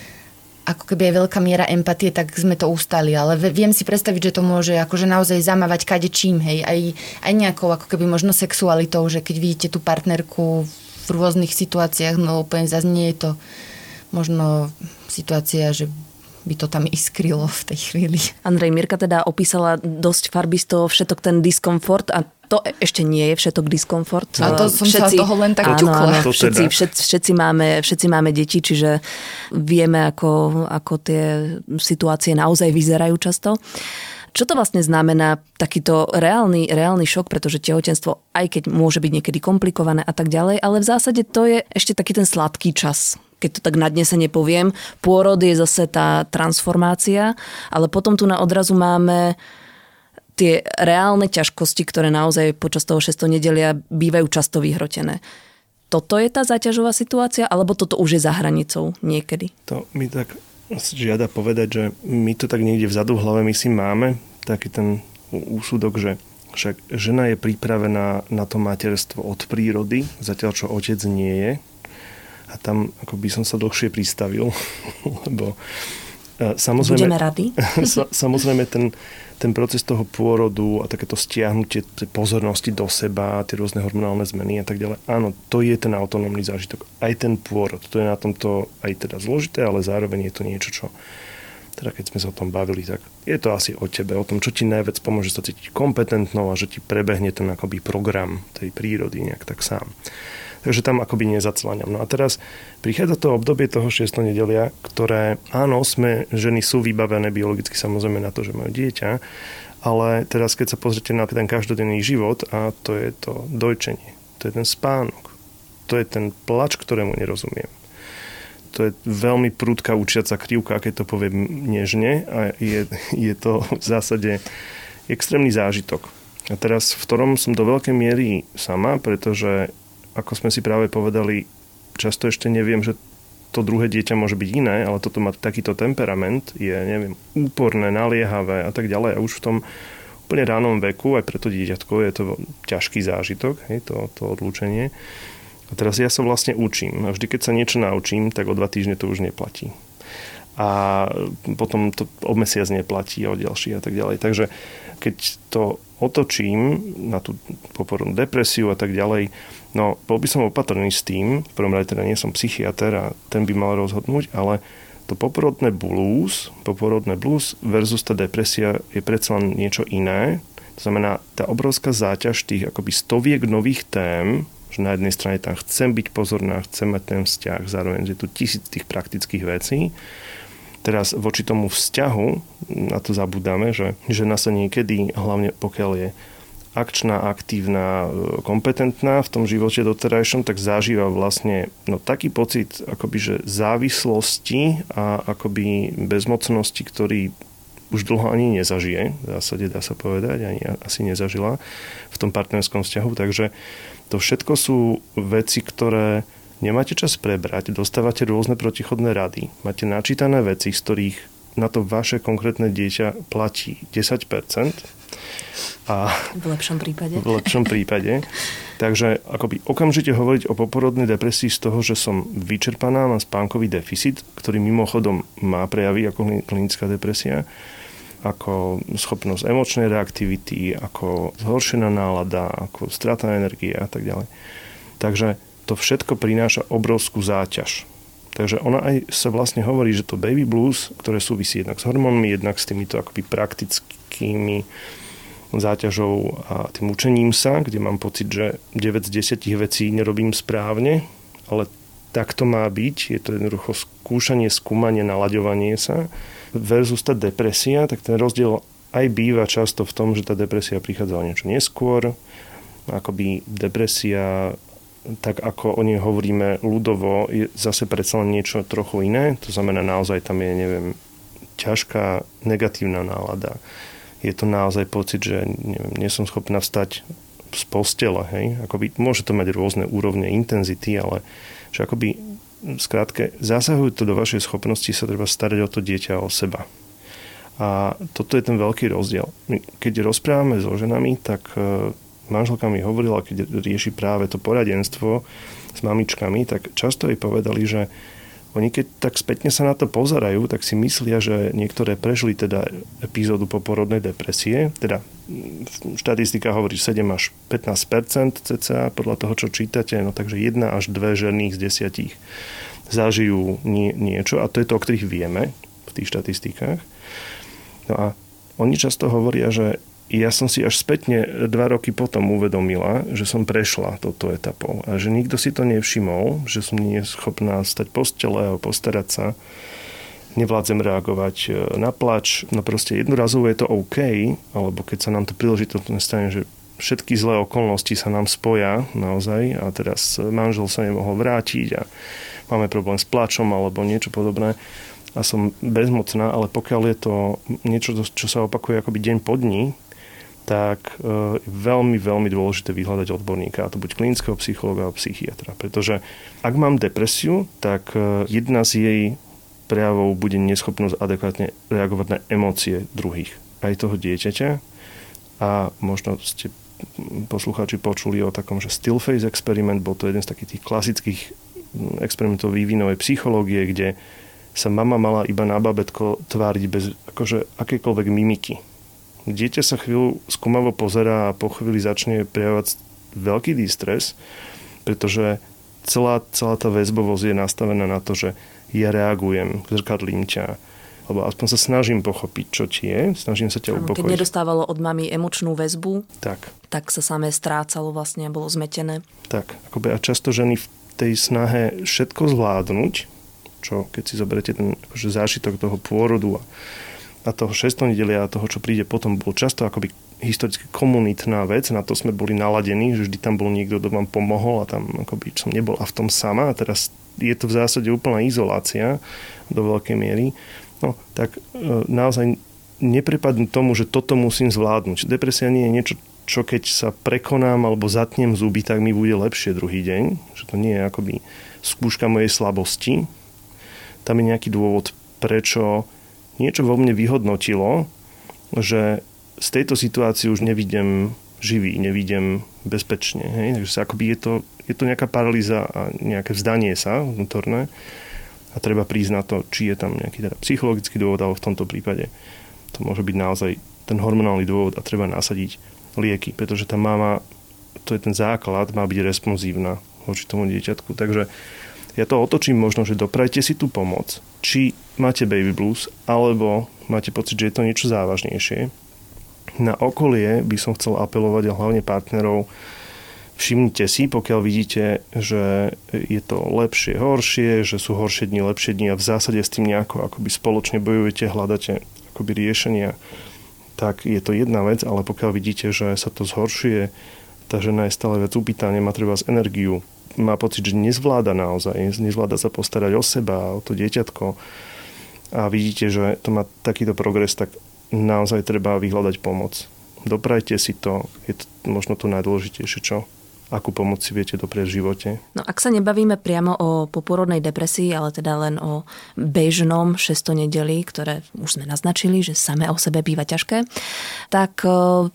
ako keby aj veľká miera empatie, tak sme to ustali. Ale viem si predstaviť, že to môže akože naozaj zamávať kadečím, hej. Aj nejakou ako keby možno sexualitou, že keď vidíte tú partnerku v rôznych situáciách, no úplne zase nie je to možno situácia, že by to tam iskrylo v tej chvíli. Andrej, Mirka teda opísala dosť farbisto všetok ten diskomfort a to ešte nie je všetok diskomfort. A to som sa toho len tak ťukla. Všetci máme deti, čiže vieme, ako tie situácie naozaj vyzerajú často. Čo to vlastne znamená takýto reálny šok, pretože tehotenstvo, aj keď môže byť niekedy komplikované a tak ďalej, ale v zásade to je ešte taký ten sladký čas, keď to tak nadnesene poviem. Pôrod je zase tá transformácia, ale potom tu na odrazu máme tie reálne ťažkosti, ktoré naozaj počas toho 6. nedelia bývajú často vyhrotené. Toto je tá záťažová situácia, alebo toto už je za hranicou niekedy? To mi tak žiada povedať, že my to tak niekde vzadu v hlave myslím máme, taký ten úsudok, že však žena je pripravená na to materstvo od prírody, zatiaľ čo otec nie je. A tam ako by som sa dlhšie pristavil, lebo samozrejme... Budeme radi. Samozrejme ten proces toho pôrodu a takéto stiahnutie pozornosti do seba, tie rôzne hormonálne zmeny a tak ďalej. Áno, to je ten autonómny zážitok. Aj ten pôrod. To je na tomto aj teda zložité, ale zároveň je to niečo, čo teda keď sme sa o tom bavili, tak je to asi o tebe, o tom, čo ti najviac pomôže sa cítiť kompetentnou a že ti prebehne ten akoby program tej prírody nejak tak sám. Takže tam akoby nezacláňam. No a teraz prichádza to obdobie toho 6. nedelia, ktoré, áno, ženy sú vybavené biologicky samozrejme na to, že majú dieťa, ale teraz keď sa pozrite na ten každodenný život, a to je to dojčenie, to je ten spánok, to je ten plač, ktorému nerozumiem. To je veľmi prudká učiaca krivka, keď to poviem nežne, a je to v zásade extrémny zážitok. A teraz, v ktorom som do veľkej miery sama, pretože ako sme si práve povedali, často ešte neviem, že to druhé dieťa môže byť iné, ale toto má takýto temperament, je, neviem, úporné, naliehavé a tak ďalej. A už v tom úplne ránom veku, aj pre to dieťatko, je to ťažký zážitok, to odlúčenie. A teraz ja sa vlastne učím. A vždy, keď sa niečo naučím, tak o 2 týždne to už neplatí. A potom to o mesiac neplatí, o ďalší a tak ďalej. Takže keď to otočím na tú poporodnú depresiu a tak ďalej, no bol by som opatrný s tým, v prvom rade teda nie som psychiater a ten by mal rozhodnúť, ale to poporodné blues versus tá depresia je predsa len niečo iné. To znamená, tá obrovská záťaž tých akoby stoviek nových tém, že na jednej strane tam chcem byť pozorná, chcem mať ten vzťah, zároveň je tu 1000 tých praktických vecí. Teraz voči tomu vzťahu, na to zabudáme, že žena sa niekedy, hlavne pokiaľ je akčná, aktívna, kompetentná v tom živote doterajšom, tak zažíva vlastne taký pocit akoby, že závislosti a akoby bezmocnosti, ktorý už dlho ani nezažije, v zásade dá sa povedať, ani asi nezažila v tom partnerskom vzťahu. Takže to všetko sú veci, ktoré nemáte čas prebrať, dostávate rôzne protichodné rady, máte načítané veci, z ktorých na to vaše konkrétne dieťa platí 10%. A v lepšom prípade. V lepšom prípade. Takže akoby okamžite hovoriť o poporodnej depresii z toho, že som vyčerpaná, mám spánkový deficit, ktorý mimochodom má prejavy ako klinická depresia, ako schopnosť emočnej reaktivity, ako zhoršená nálada, ako strata energie a tak ďalej. Takže to všetko prináša obrovskú záťaž. Takže ona aj sa vlastne hovorí, že to baby blues, ktoré súvisí jednak s hormónmi, jednak s týmito akoby praktickými záťažou a tým učením sa, kde mám pocit, že 9 z 10 vecí nerobím správne, ale tak to má byť. Je to jednoducho skúšanie, skúmanie, nalaďovanie sa versus tá depresia, tak ten rozdiel aj býva často v tom, že tá depresia prichádza o niečo neskôr. Akoby depresia, tak ako o nej hovoríme ľudovo, je zase predsa len niečo trochu iné. To znamená, naozaj tam je, neviem, ťažká negatívna nálada. Je to naozaj pocit, že nie som schopná vstať z postele. Hej? Akoby, môže to mať rôzne úrovne intenzity, ale že akoby skrátke zasahujú to do vašej schopnosti sa treba starať o to dieťa a o seba. A toto je ten veľký rozdiel. Keď rozprávame so ženami, tak manželka mi hovorila, keď rieši práve to poradenstvo s mamičkami, tak často jej povedali, že oni keď tak spätne sa na to pozerajú, tak si myslia, že niektoré prežili teda epizódu poporodnej depresie, teda štatistika hovorí 7 až 15% cca podľa toho, čo čítate, no takže 1 až 2 ženy z 10 zažijú niečo a to je to, o ktorých vieme v tých štatistikách. No a oni často hovoria, že ja som si až spätne 2 roky potom uvedomila, že som prešla touto etapou a že nikto si to nevšimol, že som nie schopná stať postele a postarať sa, nevládzem reagovať na plač, no proste jednorazovo je to OK, alebo keď sa nám to príležitostne stane, že všetky zlé okolnosti sa nám spoja naozaj a teraz manžel sa nemohol vrátiť a máme problém s plačom alebo niečo podobné a som bezmocná, ale pokiaľ je to niečo, čo sa opakuje akoby deň po dni, tak je veľmi, veľmi dôležité vyhľadať odborníka, a to buď klinického psychologa alebo psychiatra. Pretože ak mám depresiu, tak jedna z jej prejavov bude neschopnosť adekvátne reagovať na emócie druhých, aj toho dieťaťa. A možno ste poslucháči počuli o takom, že still face experiment, bol to jeden z takých tých klasických experimentov vývinovej psychológie, kde sa mama mala iba na babetko tváriť bez akože akékoľvek mimiky. Dieťa sa chvíľu skúmavo pozerá a po chvíli začne prejavovať veľký distres, pretože celá tá väzbovosť je nastavená na to, že ja reagujem, zrkadlím ťa, alebo aspoň sa snažím pochopiť, čo ti je, snažím sa ťa upokojiť. Keď nedostávalo od mami emočnú väzbu, tak sa samé strácalo vlastne, bolo zmetené. Tak, akoby a často ženy v tej snahe všetko zvládnuť, čo keď si zoberete ten akože zážitok toho pôrodu a toho 6. nedelia a toho, čo príde potom, bol často akoby historicky komunitná vec, na to sme boli naladení, že vždy tam bol niekto, kto vám pomohol a tam akoby som nebol a v tom sama a teraz je to v zásade úplná izolácia do veľkej miery. No, tak naozaj neprepadnú tomu, že toto musím zvládnuť. Depresia nie je niečo, čo keď sa prekonám alebo zatnem zuby, tak mi bude lepšie druhý deň. Že to nie je akoby skúška mojej slabosti. Tam je nejaký dôvod, prečo niečo vo mne vyhodnotilo, že z tejto situácie už nevidím živý, nevidím bezpečne. Hej? Takže akoby je to nejaká paralýza a nejaké vzdanie sa vnútorné a treba prísť na to, či je tam nejaký teda psychologický dôvod, alebo v tomto prípade to môže byť naozaj ten hormonálny dôvod a treba nasadiť lieky, pretože tá mama, to je ten základ, má byť responsívna voči tomu dieťatku. Takže ja to otočím možno, že doprajte si tú pomoc, či máte baby blues, alebo máte pocit, že je to niečo závažnejšie. Na okolie by som chcel apelovať a hlavne partnerov, všimnite si, pokiaľ vidíte, že je to lepšie, horšie, že sú horšie dni, lepšie dni a v zásade s tým nejako akoby spoločne bojujete, hľadáte akoby riešenia, tak je to jedna vec, ale pokiaľ vidíte, že sa to zhoršuje, tá žena je stále viac upýtá, nemá treba z energiu, má pocit, že nezvláda naozaj, nezvláda sa postarať o seba, o to dieťatko a vidíte, že to má takýto progres, tak naozaj treba vyhľadať pomoc. Doprajte si to, je to možno to najdôležitejšie, čo? Akú pomoc si viete doprieť v živote. No ak sa nebavíme priamo o poporodnej depresii, ale teda len o bežnom 6. nedeli, ktoré už sme naznačili, že samé o sebe býva ťažké, tak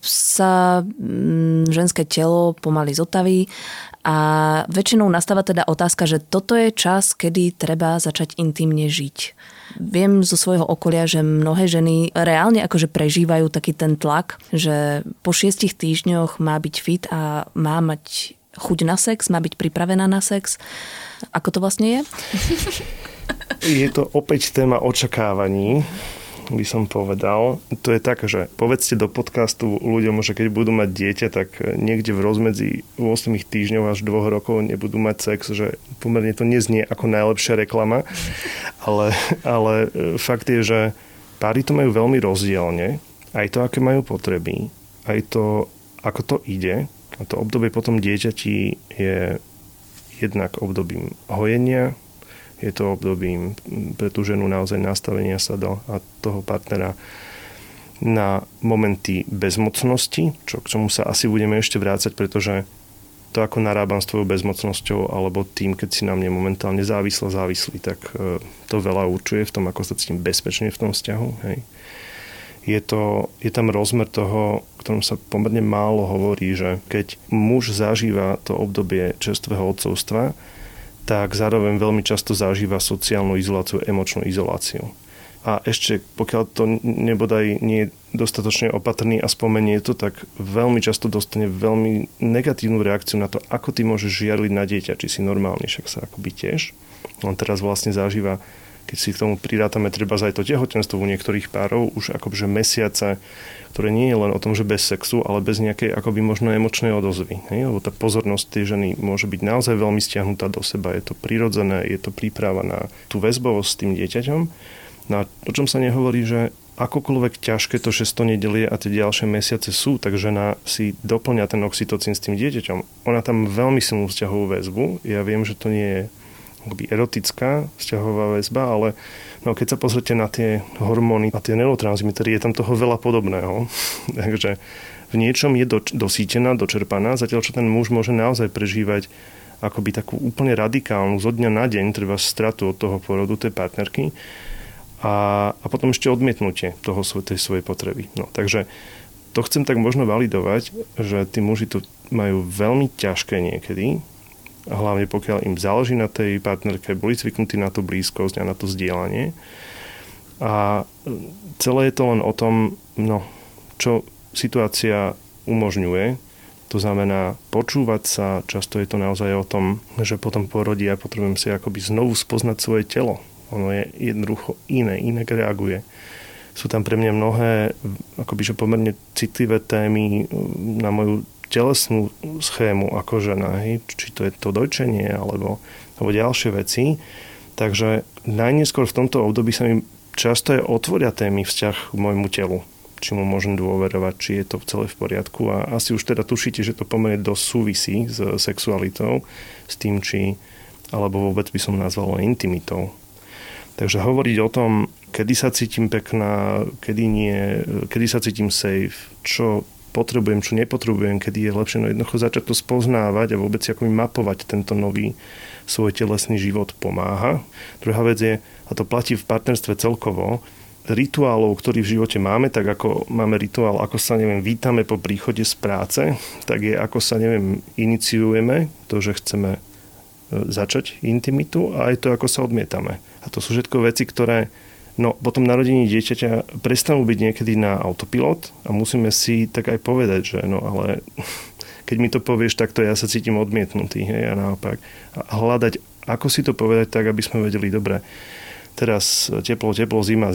sa ženské telo pomaly zotaví a väčšinou nastáva teda otázka, že toto je čas, kedy treba začať intimne žiť. Viem zo svojho okolia, že mnohé ženy reálne akože prežívajú taký ten tlak, že po 6 týždňoch má byť fit a má mať chuť na sex, má byť pripravená na sex. Ako to vlastne je? Je to opäť téma očakávaní, by som povedal. To je tak, že povedzte do podcastu ľuďom, že keď budú mať dieťa, tak niekde v rozmedzi 8 týždňov až 2 rokov nebudú mať sex, že pomerne to neznie ako najlepšia reklama, ale fakt je, že páry to majú veľmi rozdielne, aj to, aké majú potreby, aj to, ako to ide. A to obdobie potom dieťati je jednak obdobím hojenia, je to obdobím pre tú ženu naozaj nastavenia sa a toho partnera na momenty bezmocnosti, k čomu sa asi budeme ešte vrácať, pretože to, ako narábam s tvojou bezmocnosťou alebo tým, keď si na mne momentálne závislý, tak to veľa určuje v tom, ako sa cítim bezpečne v tom vzťahu. Hej. Je tam rozmer toho, o ktorom sa pomerne málo hovorí, že keď muž zažíva to obdobie čerstvého otcovstva, tak zároveň veľmi často zažíva sociálnu izoláciu, emočnú izoláciu. A ešte, pokiaľ to nebodaj nie je dostatočne opatrný a spomenie to, tak veľmi často dostane veľmi negatívnu reakciu na to, ako ty môžeš žiarliť na dieťa, či si normálny, však sa akoby tiež. On teraz vlastne zažíva, keď si k tomu prirátame treba aj to tehotenstvo u niektorých párov, už akože mesiace, ktoré nie je len o tom, že bez sexu, ale bez nejakej akoby možno emočnej odozvy. Hej? Lebo tá pozornosť tej ženy môže byť naozaj veľmi stiahnutá do seba. Je to prirodzené, je to príprava na tú väzbovosť s tým dieťaťom. No a o čom sa nehovorí, že akokoľvek ťažké to 6. nedelie a tie ďalšie mesiace sú, tak žena si doplňa ten oxytocín s tým dieťaťom. Ona tam veľmi silnú vzťahovú väzbu. Ja viem, že to nie je erotická vzťahová väzba, ale no, keď sa pozrite na tie hormóny a tie neurotransmitery, je tam toho veľa podobného. Takže v niečom je dosýtená, dočerpaná, zatiaľ čo ten muž môže naozaj prežívať akoby takú úplne radikálnu zo dňa na deň, treba stratu od toho porodu tej partnerky a potom ešte odmietnutie tej svojej potreby. No, takže to chcem tak možno validovať, že tí muži to majú veľmi ťažké niekedy, a hlavne pokiaľ im záleží na tej partnerke, boli zvyknutí na tú blízkosť a na to zdieľanie. A celé je to len o tom, no, čo situácia umožňuje. To znamená počúvať sa, často je to naozaj o tom, že potom porodí a potrebujem si akoby znovu spoznať svoje telo. Ono je jednoducho inak reaguje. Sú tam pre mňa mnohé akoby, že pomerne citlivé témy na moju telesnú schému ako žena, či to je to dojčenie alebo ďalšie veci. Takže najneskôr v tomto období sa mi často aj otvoria témy vzťah k môjmu telu. Či mu môžem dôverovať, či je to celé v poriadku. A asi už teda tušíte, že to pomerne dosť súvisí s sexualitou, s tým, či, alebo vôbec by som nazval intimitou. Takže hovoriť o tom, kedy sa cítim pekná, kedy nie, kedy sa cítim safe, čo potrebujem, čo nepotrebujem, kedy je lepšie jednoducho začať to spoznávať a vôbec si akoby mapovať tento nový svoj telesný život pomáha. Druhá vec je, a to platí v partnerstve celkovo, rituálov, ktorý v živote máme, tak ako máme rituál, ako sa, vítame po príchode z práce, tak je, ako sa, iniciujeme to, že chceme začať intimitu a aj to, ako sa odmietame. A to sú všetko veci, ktoré potom narodení dieťaťa prestanú byť niekedy na autopilot a musíme si tak aj povedať, že ale keď mi to povieš, tak to ja sa cítim odmietnutý, a naopak. A hľadať, ako si to povedať tak, aby sme vedeli, dobre, teraz teplo, zima.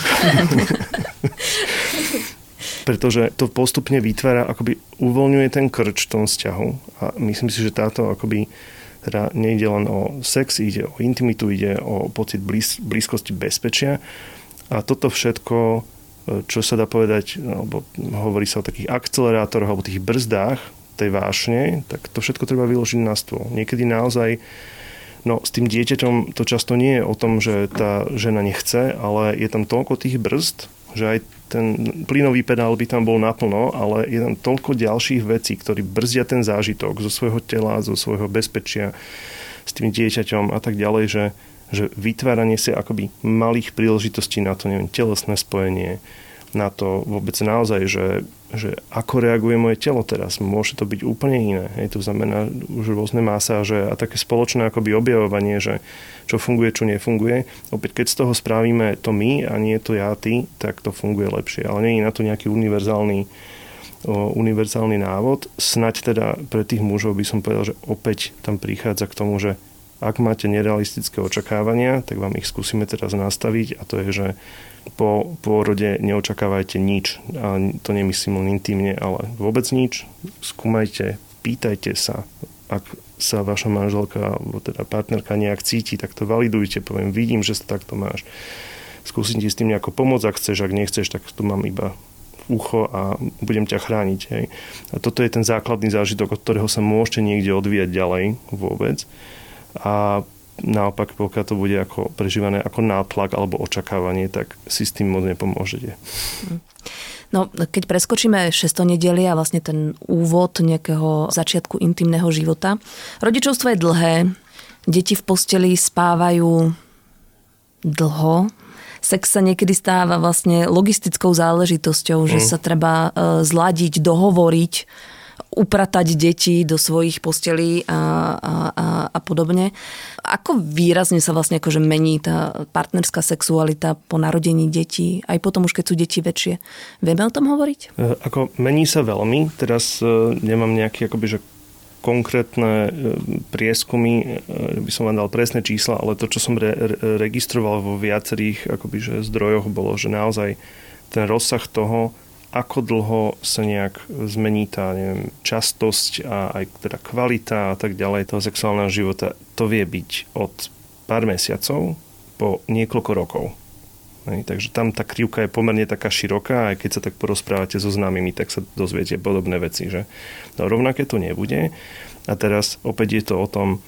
Pretože to postupne vytvára, akoby uvoľňuje ten krč v tom vzťahu a myslím si, že táto akoby teda nejde len o sex, ide o intimitu, ide o pocit blízkosti, bezpečia. A toto všetko, čo sa dá povedať, alebo hovorí sa o takých akcelerátoroch alebo tých brzdách tej vášne, tak to všetko treba vyložiť na stôl. Niekedy naozaj, s tým dieťaťom to často nie je o tom, že tá žena nechce, ale je tam toľko tých brzd, že aj ten plynový pedál by tam bol naplno, ale je tam toľko ďalších vecí, ktorí brzdia ten zážitok zo svojho tela, zo svojho bezpečia s tým dieťaťom a tak ďalej, že vytváranie si akoby malých príležitostí na to, telesné spojenie, na to vôbec naozaj, že ako reaguje moje telo teraz. Môže to byť úplne iné. To znamená už rôzne masáže a také spoločné akoby objavovanie, že čo funguje, čo nefunguje. Opäť, keď z toho spravíme to my a nie to ja, ty, tak to funguje lepšie. Ale nie je na to nejaký univerzálny návod. Snaď teda pre tých mužov by som povedal, že opäť tam prichádza k tomu, že ak máte nerealistické očakávania, tak vám ich skúsime teraz nastaviť a to je, že po pôrode neočakávajte nič. A to nemyslím len intimne, ale vôbec nič. Skúmajte, pýtajte sa. Ak sa vaša manželka alebo teda partnerka nejak cíti, tak to validujte. Poviem, vidím, že sa takto máš. Skúsim ti s tým nejako pomôcť, ak chceš, ak nechceš, tak tu mám iba ucho a budem ťa chrániť. Hej. A toto je ten základný zážitok, od ktorého sa môžete niekde odvíjať ďalej vôbec. A naopak, pokiaľ to bude ako prežívané ako nátlak alebo očakávanie, tak si s tým moc nepomôžete. No, keď preskočíme 6. nedelie a vlastne ten úvod nejakého začiatku intimného života, rodičovstvo je dlhé, deti v posteli spávajú dlho, sex sa niekedy stáva vlastne logistickou záležitosťou, že sa treba zladiť, dohovoriť, upratať deti do svojich postelí a podobne. Ako výrazne sa vlastne akože mení tá partnerská sexualita po narodení detí, aj potom už keď sú deti väčšie? Vieme o tom hovoriť? Mení sa veľmi. Teraz nemám nejaké akoby, že konkrétne prieskumy, by som vám dal presné čísla, ale to, čo som registroval vo viacerých akoby, že zdrojoch, bolo, že naozaj ten rozsah toho, ako dlho sa nejak zmení tá častosť a aj teda kvalita a tak ďalej toho sexuálneho života, to vie byť od pár mesiacov po niekoľko rokov. Takže tam tá krivka je pomerne taká široká, aj keď sa tak porozprávate so známymi, tak sa dozviete podobné veci. Že? No rovnaké to nebude. A teraz opäť je to o tom,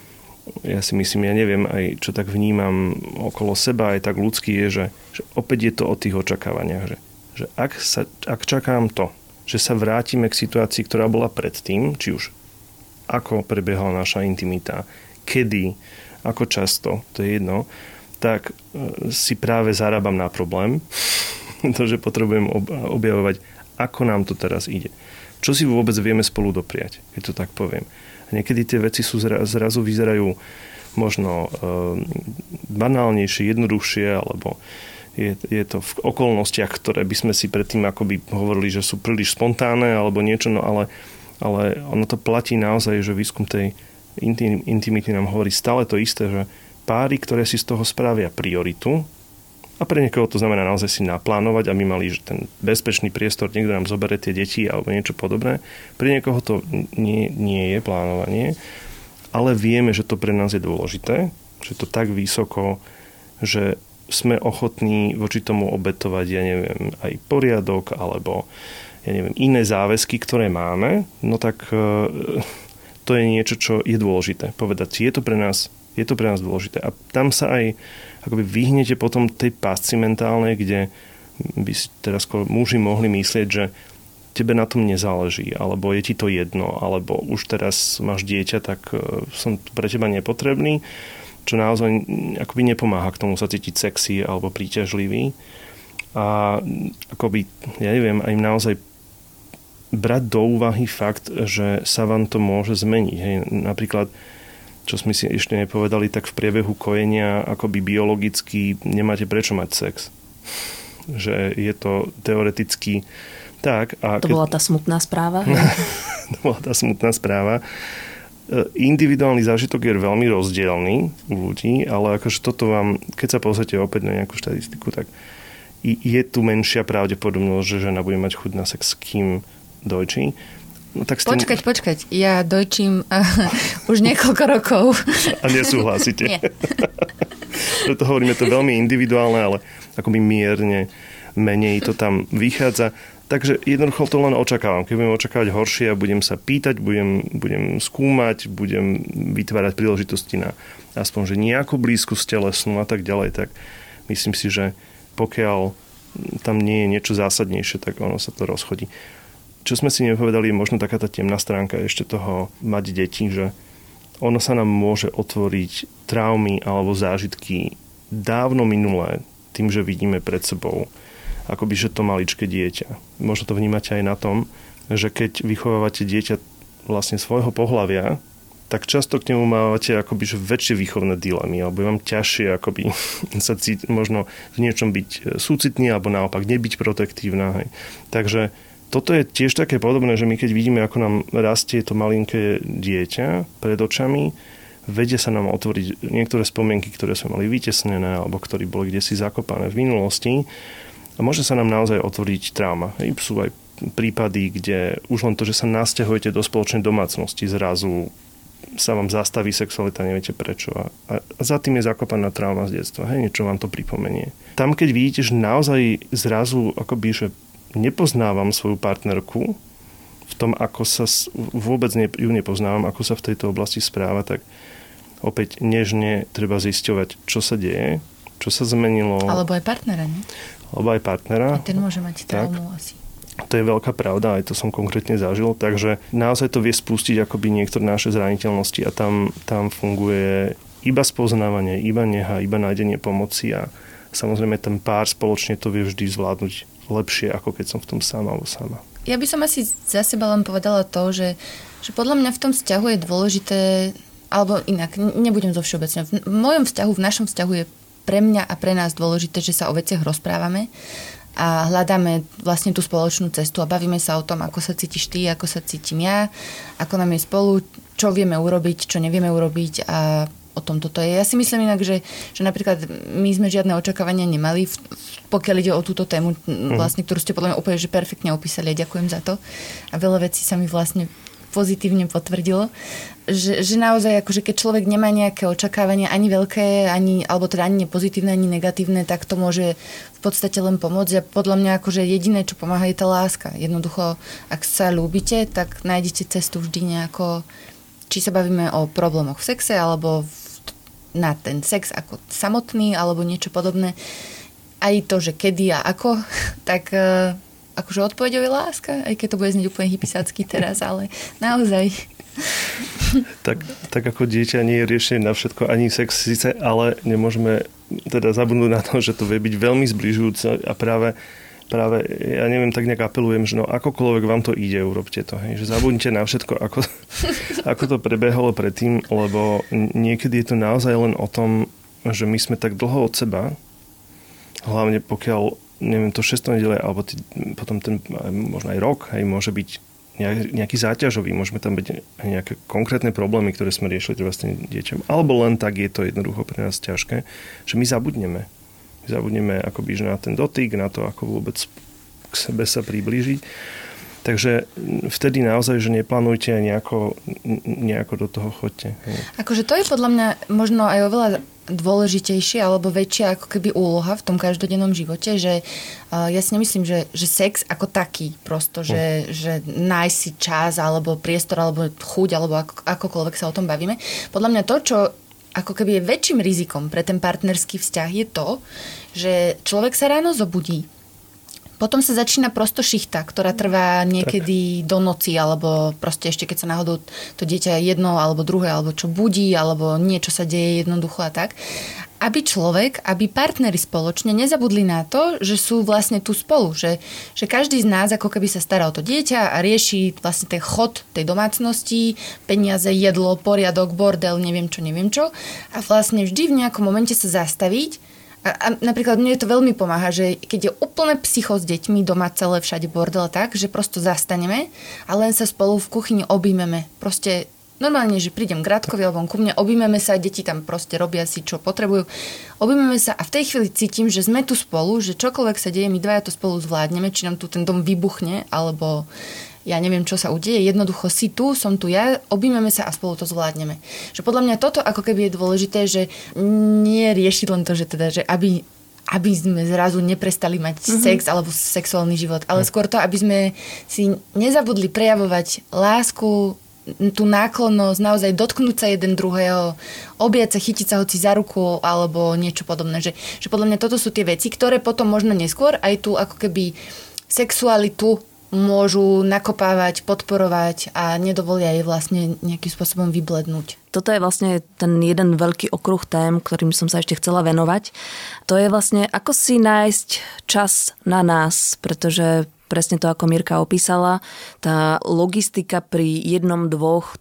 ja si myslím, ja neviem, aj čo tak vnímam okolo seba, aj tak ľudský je, že opäť je to o tých očakávaniach, že ak čakám to, že sa vrátime k situácii, ktorá bola predtým, či už ako prebiehala naša intimita, kedy, ako často, to je jedno, tak si práve zarábam na problém, to, že potrebujem objavovať, ako nám to teraz ide. Čo si vôbec vieme spolu dopriať, keď to tak poviem. A niekedy tie veci sú zrazu vyzerajú možno banálnejšie, jednoduchšie, alebo je to v okolnostiach, ktoré by sme si predtým akoby hovorili, že sú príliš spontánne, alebo niečo, no ale ono to platí naozaj, že výskum tej intimity nám hovorí stále to isté, že páry, ktoré si z toho spravia prioritu, a pre niekoho to znamená naozaj si naplánovať, aby mali ten bezpečný priestor, niekto nám zoberie tie deti alebo niečo podobné. Pre niekoho to nie je plánovanie, ale vieme, že to pre nás je dôležité, že to tak vysoko, že sme ochotní voči tomu obetovať, ja neviem, aj poriadok alebo ja neviem, iné záväzky, ktoré máme, no tak to je niečo, čo je dôležité. Povedať, je to pre nás dôležité. A tam sa aj akoby vyhnete potom tej pásci mentálnej, kde by si teraz muži mohli myslieť, že tebe na tom nezáleží, alebo je ti to jedno, alebo už teraz máš dieťa, tak som pre teba nepotrebný, čo naozaj akoby nepomáha k tomu sa cítiť sexy alebo príťažlivý. A akoby, ja neviem, aj naozaj brať do úvahy fakt, že sa vám to môže zmeniť. Hej. Napríklad, čo sme si ešte nepovedali, tak v priebehu kojenia akoby biologicky nemáte prečo mať sex. Že je to teoreticky tak. To bola tá smutná správa? To bola tá smutná správa. Individuálny zážitok je veľmi rozdielný u ľudí, ale akože toto vám, keď sa pozrite opäť na nejakú štatistiku, tak je tu menšia pravdepodobnosť, že žena bude mať chuť na sex, kým dojčí. No, tak Počkať. Ja dojčím už niekoľko rokov. A nesúhlasíte? Nie. Preto hovoríme, to veľmi individuálne, ale akoby mierne menej to tam vychádza. Takže jednoducho to len očakávam. Keď budem očakávať horšie a budem sa pýtať, budem skúmať, budem vytvárať príležitosti na aspoň, že nejakú blízkosť telesnú a tak ďalej, tak myslím si, že pokiaľ tam nie je niečo zásadnejšie, tak ono sa to rozchodí. Čo sme si nepovedali, je možno taká tá temná stránka ešte toho mať deti, že ono sa nám môže otvoriť traumy alebo zážitky dávno minulé tým, že vidíme pred sebou akoby, že to maličké dieťa. Možno to vnímate aj na tom, že keď vychovávate dieťa vlastne svojho pohlavia, tak často k nemu mávate akoby, že väčšie výchovné dilemy, alebo je vám ťažšie akoby sa možno v niečom byť súcitný, alebo naopak nebyť protektívna. Hej. Takže toto je tiež také podobné, že my keď vidíme, ako nám rastie to malinké dieťa pred očami, vedia sa nám otvoriť niektoré spomienky, ktoré sme mali vytesnené, alebo ktoré boli kdesi zakopané v minulosti. A môže sa nám naozaj otvoriť trauma. Sú aj prípady, kde už len to, že sa nasťahujete do spoločnej domácnosti, zrazu sa vám zastaví sexualita, neviete prečo. A za tým je zakopaná trauma z detstva. Hej, niečo vám to pripomenie. Tam, keď vidíte, že naozaj zrazu akoby, že nepoznávam svoju partnerku v tom, ako sa vôbec ju nepoznávam, ako sa v tejto oblasti správa, tak opäť nežne treba zisťovať, čo sa deje, čo sa zmenilo. Alebo aj partnera, nie? Alebo aj partnera. A ten môže mať traumu asi. To je veľká pravda, aj to som konkrétne zažil, takže naozaj to vie spustiť akoby niektoré naše zraniteľnosti a tam funguje iba spoznávanie, iba neha, iba nájdenie pomoci a samozrejme ten pár spoločne to vie vždy zvládnuť lepšie, ako keď som v tom sám alebo sama. Ja by som asi za seba len povedala to, že podľa mňa v tom vzťahu je dôležité, alebo inak, nebudem zo všeobecne. V mojom vzťahu, v našom vzťahu je pre mňa a pre nás dôležité, že sa o veciach rozprávame a hľadáme vlastne tú spoločnú cestu a bavíme sa o tom, ako sa cítiš ty, ako sa cítim ja, ako nám je spolu, čo vieme urobiť, čo nevieme urobiť a o tom toto je. Ja si myslím inak, že napríklad my sme žiadne očakávania nemali, pokiaľ ide o túto tému, vlastne, ktorú ste podľa mňa úplne že perfektne opísali a ďakujem za to. A veľa vecí sa mi vlastne pozitívne potvrdilo, že naozaj, akože keď človek nemá nejaké očakávania ani veľké, alebo teda ani nepozitívne, ani negatívne, tak to môže v podstate len pomôcť. A podľa mňa akože jediné, čo pomáha, je tá láska. Jednoducho, ak sa ľúbite, tak nájdete cestu vždy nejako či sa bavíme o problémoch v sexe, alebo na ten sex ako samotný, alebo niečo podobné. Aj to, že kedy a ako, tak akože odpoveďou je láska, aj keď to bude znieť úplne hypisácky teraz, ale naozaj. Tak ako dieťa nie je riešenie na všetko, ani sex síce, ale nemôžeme teda zabudnúť na to, že to vie byť veľmi zbližujúce a práve ja neviem, tak nejak apelujem, že no akokoľvek vám to ide, urobte to. Hej, že zabudnite na všetko, ako to prebehalo predtým, lebo niekedy je to naozaj len o tom, že my sme tak dlho od seba, hlavne pokiaľ, neviem, to 6. nedele, alebo potom ten možno aj rok, hej, môže byť nejaký záťažový, môžeme tam byť nejaké konkrétne problémy, ktoré sme riešili treba s tým dieťom, alebo len tak je to jednoducho pre nás ťažké, že my zabudneme akoby na ten dotyk, na to, ako vôbec k sebe sa priblížiť. Takže vtedy naozaj, že neplánujte a nejako do toho chodte. Akože to je podľa mňa možno aj oveľa dôležitejšie alebo väčšia ako keby úloha v tom každodennom živote, že ja si nemyslím, že sex ako taký prosto, že nájsť si čas alebo priestor alebo chuť alebo akokoľvek sa o tom bavíme. Podľa mňa to, čo ako keby je väčším rizikom pre ten partnerský vzťah, je to, že človek sa ráno zobudí. Potom sa začína prosto šichta, ktorá trvá niekedy do noci, alebo proste ešte keď sa náhodou to dieťa jedno, alebo druhé, alebo čo budí, alebo niečo sa deje jednoducho a tak. Aby partneri spoločne nezabudli na to, že sú vlastne tu spolu. Že každý z nás ako keby sa stará o to dieťa a rieši vlastne ten chod tej domácnosti, peniaze, jedlo, poriadok, bordel, neviem čo. A vlastne vždy v nejakom momente sa zastaviť. A napríklad mne to veľmi pomáha, že keď je úplne psycho s deťmi, doma celé všade bordel tak, že prosto zastaneme a len sa spolu v kuchyni objímeme. Proste normálne, že prídem k Radkovi alebo ku mne, objímeme sa, deti tam proste robia si, čo potrebujú. Objímeme sa a v tej chvíli cítim, že sme tu spolu, že čokoľvek sa deje, my dvaja to spolu zvládneme, či nám tu ten dom vybuchne, alebo ja neviem, čo sa udeje. Jednoducho si tu, som tu ja, objímeme sa a spolu to zvládneme. Že podľa mňa toto ako keby je dôležité, že nie riešiť len to, že teda, že aby sme zrazu neprestali mať sex alebo sexuálny život, ale skôr to, aby sme si nezabudli prejavovať lásku, tú náklonnosť, naozaj dotknúť sa jeden druhého, objať sa, chytiť sa hoci za ruku alebo niečo podobné. Že podľa mňa toto sú tie veci, ktoré potom možno neskôr aj tú ako keby sexualitu môžu nakopávať, podporovať a nedovolia jej vlastne nejakým spôsobom vyblednúť. Toto je vlastne ten jeden veľký okruh tém, ktorým som sa ešte chcela venovať. To je vlastne, ako si nájsť čas na nás, pretože presne to, ako Mirka opísala, tá logistika pri 1, 2,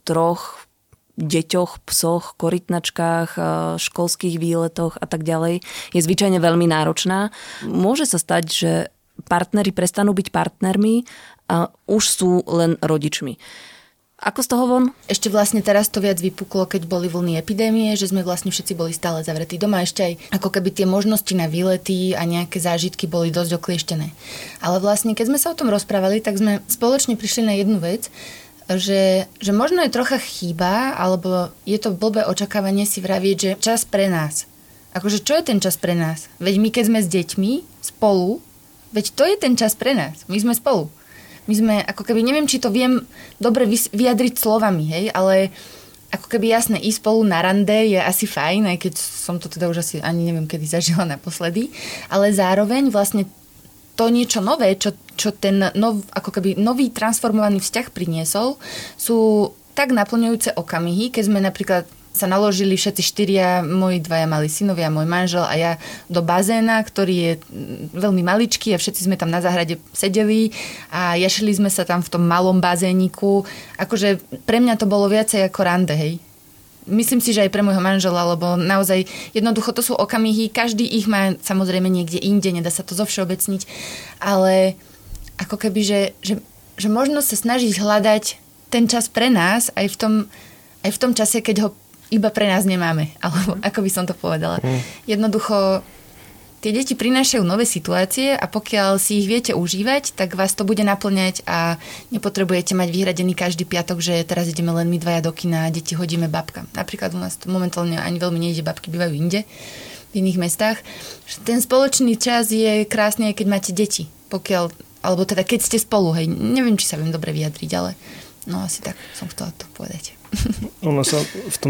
3 deťoch, psoch, korytnačkách, školských výletoch a tak ďalej je zvyčajne veľmi náročná. Môže sa stať, že partneri prestanú byť partnermi a už sú len rodičmi. Ako z toho von? Ešte vlastne teraz to viac vypuklo, keď boli vlny epidémie, že sme vlastne všetci boli stále zavretí doma. Ešte aj ako keby tie možnosti na výlety a nejaké zážitky boli dosť oklieštené. Ale vlastne, keď sme sa o tom rozprávali, tak sme spoločne prišli na jednu vec, že možno je trocha chýba, alebo je to blbé očakávanie si vraviť, že čas pre nás. Akože čo je ten čas pre nás? Veď my, keď sme s deťmi spolu, veď to je ten čas pre nás. My sme spolu. My sme, ako keby, neviem, či to viem dobre vyjadriť slovami, hej, ale ako keby jasné, ísť spolu na rande je asi fajn, aj keď som to teda už asi ani neviem, kedy zažila naposledy, ale zároveň vlastne to niečo nové, čo ten ako keby nový transformovaný vzťah priniesol, sú tak naplňujúce okamihy, keď sme napríklad sa naložili všetci 4, moji 2 mali synovia, môj manžel a ja do bazéna, ktorý je veľmi maličký a všetci sme tam na záhrade sedeli a jašili sme sa tam v tom malom bazéniku. Akože pre mňa to bolo viacej ako rande, hej. Myslím si, že aj pre môjho manžela, lebo naozaj jednoducho to sú okamihy, každý ich má samozrejme niekde inde, nedá sa to zovšeobecniť, ale ako keby, že možno sa snažiť hľadať ten čas pre nás aj v tom čase, keď ho iba pre nás nemáme, alebo ako by som to povedala. Jednoducho, tie deti prinášajú nové situácie a pokiaľ si ich viete užívať, tak vás to bude naplňať a nepotrebujete mať vyhradený každý piatok, že teraz ideme len my 2 do kina a deti hodíme babkám. Napríklad u nás to momentálne ani veľmi nejde, babky bývajú inde, v iných mestách. Ten spoločný čas je krásny, aj keď máte deti. Alebo teda keď ste spolu, hej. Neviem, či sa viem dobre vyjadriť, ale no asi tak som chcela to povedať. Ono sa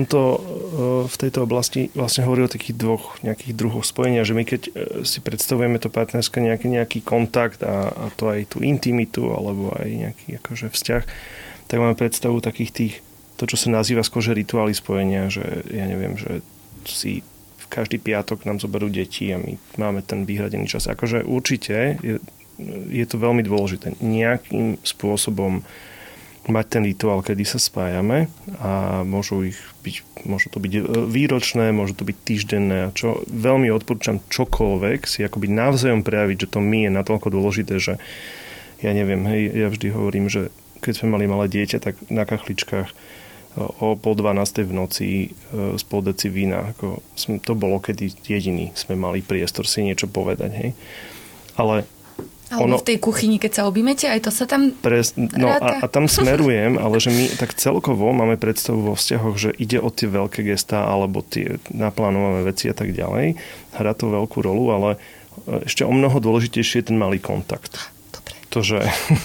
v tejto oblasti vlastne hovorí o takých dvoch nejakých druhoch spojenia, že my keď si predstavujeme to partnerské nejaký kontakt a to aj tú intimitu alebo aj nejaký akože vzťah, tak máme predstavu takých tých, to čo sa nazýva skôr rituály spojenia, že ja neviem, že si v každý piatok nám zoberú deti a my máme ten vyhradený čas. Akože určite je to veľmi dôležité nejakým spôsobom mať ten rituál, kedy sa spájame a môžu to byť výročné, môžu to byť týždenné a čo veľmi odporúčam čokoľvek si akoby navzájom prejaviť, že to my je natoľko dôležité, že ja neviem, ja vždy hovorím, že keď sme mali malé dieťa, tak na kachličkách o 11:30 v noci z pol deci vína, to bolo kedy jediný sme mali priestor si niečo povedať, hej. Alebo v tej kuchyni, keď sa objímete, aj to sa tam a tam smerujem, ale že my tak celkovo máme predstavu vo vzťahoch, že ide o tie veľké gestá alebo tie naplánované veci a tak ďalej. Hrá to veľkú rolu, ale ešte o mnoho dôležitejšie je ten malý kontakt. Dobre. To, že...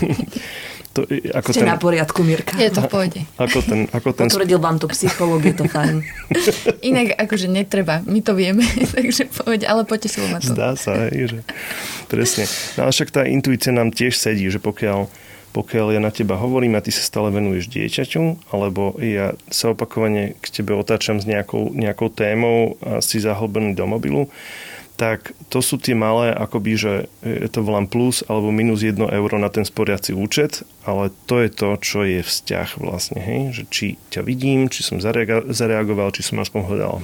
Ste na poriadku, Mirka. Je to v pohode. Potvrdil vám to psychológ, je to fajn. Inak akože netreba, my to vieme, takže povedať, ale potešilo ma to. Zdá sa, že presne. No ale však tá intuícia nám tiež sedí, že pokiaľ ja na teba hovorím a ty sa stále venuješ dieťaťu, alebo ja sa opakovane k tebe otáčam s nejakou témou a si zahlbený do mobilu, tak to sú tie malé, akoby, že je to volám plus alebo minus 1 euro na ten sporiaci účet, ale to je to, čo je vzťah vlastne, hej? Že či ťa vidím, či som zareagoval, či som aspoň povedal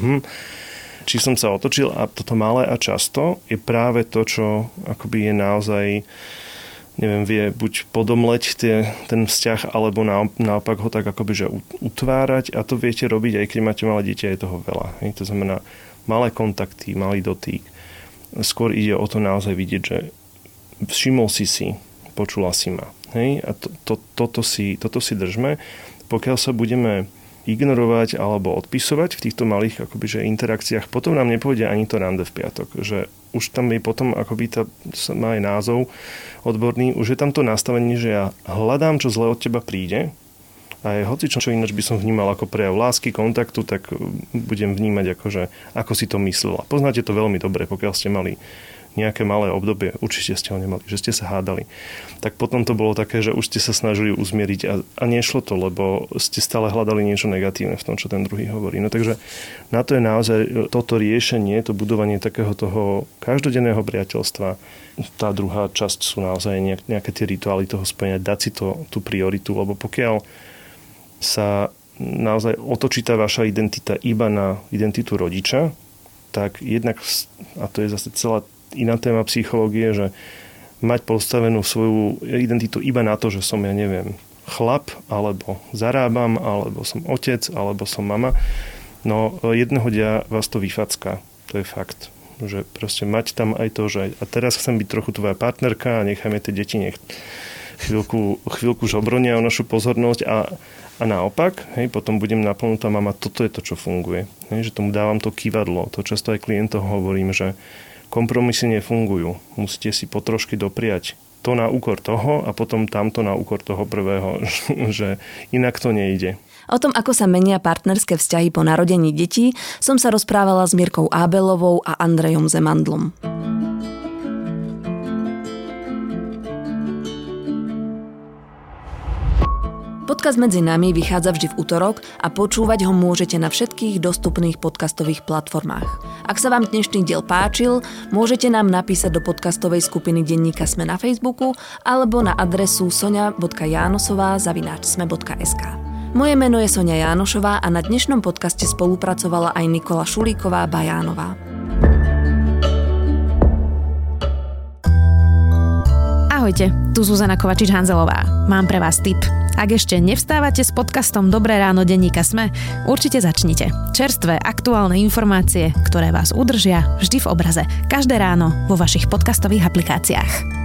či som sa otočil a toto malé a často je práve to, čo akoby je naozaj neviem, vie buď podomleť ten vzťah, alebo naopak ho tak akoby, že utvárať a to viete robiť, aj keď máte malé dieťa, je toho veľa. Hej? To znamená malé kontakty, malý dotyk. Skôr ide o to naozaj vidieť, že všimol si, počula si ma. Hej? A toto si držme. Pokiaľ sa budeme ignorovať alebo odpisovať v týchto malých akoby, že interakciách, potom nám nepôjde ani to rande v piatok. Že už tam je potom, akoby má aj názov odborný, už je tam to nastavenie, že ja hľadám, čo zle od teba príde a aj hoci čo ináč by som vnímal ako prejav lásky, kontaktu, tak budem vnímať ako si to myslela. Poznáte to veľmi dobre, pokiaľ ste mali nejaké malé obdobie, určite ste ho nemali, že ste sa hádali. Tak potom to bolo také, že už ste sa snažili uzmieriť a nešlo to, lebo ste stále hľadali niečo negatívne v tom, čo ten druhý hovorí. No takže na to je naozaj toto riešenie, to budovanie takého toho každodenného priateľstva. Tá druhá časť sú naozaj nejaké tie rituály toho spojenia, dať si tú prioritu, lebo pokiaľ sa naozaj otočí tá vaša identita iba na identitu rodiča, tak jednak, a to je zase celá iná téma psychológie, že mať postavenú svoju identitu iba na to, že som, ja neviem, chlap, alebo zarábam, alebo som otec, alebo som mama, no jedného dňa vás to vyfacká. To je fakt. Že proste mať tam aj to, že a teraz chcem byť trochu tvoja partnerka a nechajme tie deti chvíľku žobronia o našu pozornosť a naopak, hej, potom budem naplnutá mama, toto je to, čo funguje. Hej, že tomu dávam to kývadlo. To často aj klientov hovorím, že kompromisy nefungujú. Musíte si potrošky dopriať to na úkor toho a potom tamto na úkor toho prvého, že inak to nejde. O tom, ako sa menia partnerské vzťahy po narodení detí, som sa rozprávala s Mirkou Ábelovou a Andrejom Zemandlom. Podcast Medzi nami vychádza vždy v utorok a počúvať ho môžete na všetkých dostupných podcastových platformách. Ak sa vám dnešný diel páčil, môžete nám napísať do podcastovej skupiny Denníka Sme na Facebooku alebo na adresu sonia.janosová@sme.sk. Moje meno je Sonia Jánošová a na dnešnom podcaste spolupracovala aj Nikola Šulíková-Bajánová. Ahojte, tu Zuzana Kovačič-Hanzelová. Mám pre vás tip. Ak ešte nevstávate s podcastom Dobré ráno denníka Sme, určite začnite. Čerstvé, aktuálne informácie, ktoré vás udržia vždy v obraze. Každé ráno vo vašich podcastových aplikáciách.